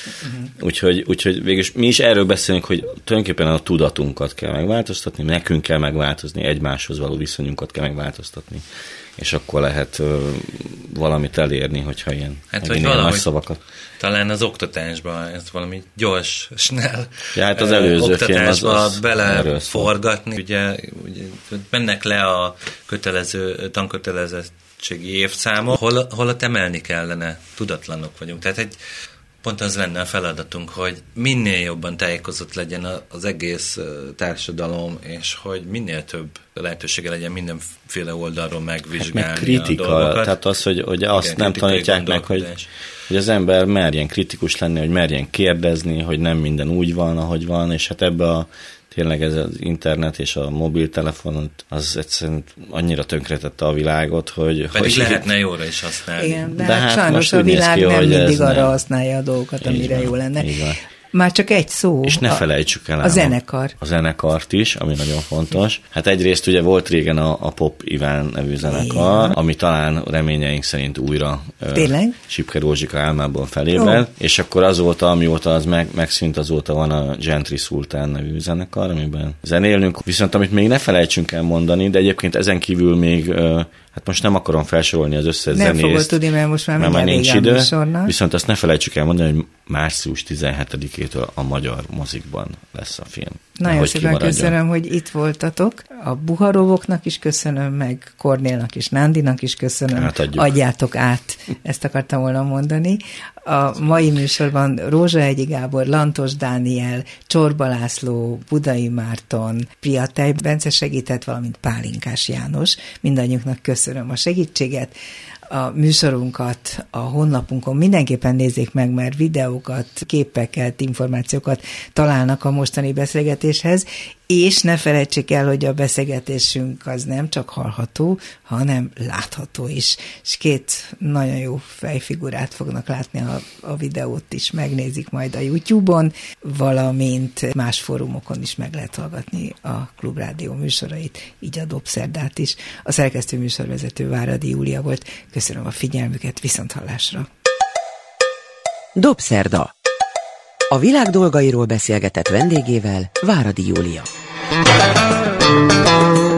Úgyhogy, úgyhogy végül mi is erről beszélünk, hogy tulajdonképpen a tudatunkat kell megváltoztatni, nekünk kell megváltozni, egymáshoz való viszonyunkat kell megváltoztatni, és akkor lehet uh, valamit elérni, hogyha ilyen, hát, ilyen nagy szavakat. Talán az oktatásban ez valami gyors, snell ja, hát az előző film az, az beleforgatni. Ugye, ugye mennek le a kötelező, tankötelezettségi évszámok, hol, hol emelni kellene, tudatlanok vagyunk. Tehát egy pont az lenne a feladatunk, hogy minél jobban tájékozott legyen az egész társadalom, és hogy minél több lehetősége legyen mindenféle oldalról megvizsgálni hát meg kritika, a dolgokat. Tehát az, hogy, hogy azt igen, nem tanítják meg, hogy, hogy az ember merjen kritikus lenni, hogy merjen kérdezni, hogy nem minden úgy van, ahogy van, és hát ebbe a tényleg ez az internet és a mobiltelefon az egyszerűen annyira tönkretette a világot, hogy... Pedig hogy lehetne jóra is használni. Igen, de, de hát sajnos a világ ki, nem mindig arra nem. használja a dolgokat, amire jó lenne. Már csak egy szó. És ne a, felejtsük el. A zenekar. A zenekart is, ami nagyon fontos. Hát egyrészt ugye volt régen a, a Pop Iván nevű zenekar, igen. ami talán reményeink szerint újra Tényleg? Sipke Rózsika álmából felébred, oh. és akkor azóta, amióta az meg, megszűnt, azóta van a Gentry Sultan nevű zenekar, amiben zenélünk. Viszont amit még ne felejtsünk el mondani, de egyébként ezen kívül még hát most nem akarom felsorolni az összes nem zenészt. Nem fogod tudni, mert most már mert már nincs idő. Műsornak. Viszont azt ne felejtsük el mondani, hogy március tizenhetedikétől a magyar mozikban lesz a film. Nagyon szépen köszönöm, hogy itt voltatok. A Buharovoknak is köszönöm, meg Kornélnak és Nándinak is köszönöm. Átadjuk. Adjátok át, ezt akartam volna mondani. A mai műsorban Rózsaegyi Gábor, Lantos Dániel, Csorba László, Budai Márton, Priatej Bence segített, valamint Pálinkás János. Mindannyiuknak köszönöm a segítséget. A műsorunkat a honlapunkon mindenképpen nézzék meg, mert videókat, képeket, információkat találnak a mostani beszélgetéshez, és ne felejtsék el, hogy a beszélgetésünk az nem csak hallható, hanem látható is. És két nagyon jó fejfigurát fognak látni, a, a videót is megnézik majd a YouTube-on, valamint más fórumokon is meg lehet hallgatni a Klubrádió műsorait, így a Dobszerdát is. A szerkesztő műsorvezető Váradi Júlia volt. Köszönöm a figyelmüket, viszonthallásra. Dobszerda. A világ dolgairól beszélgetett vendégével Váradi Júlia.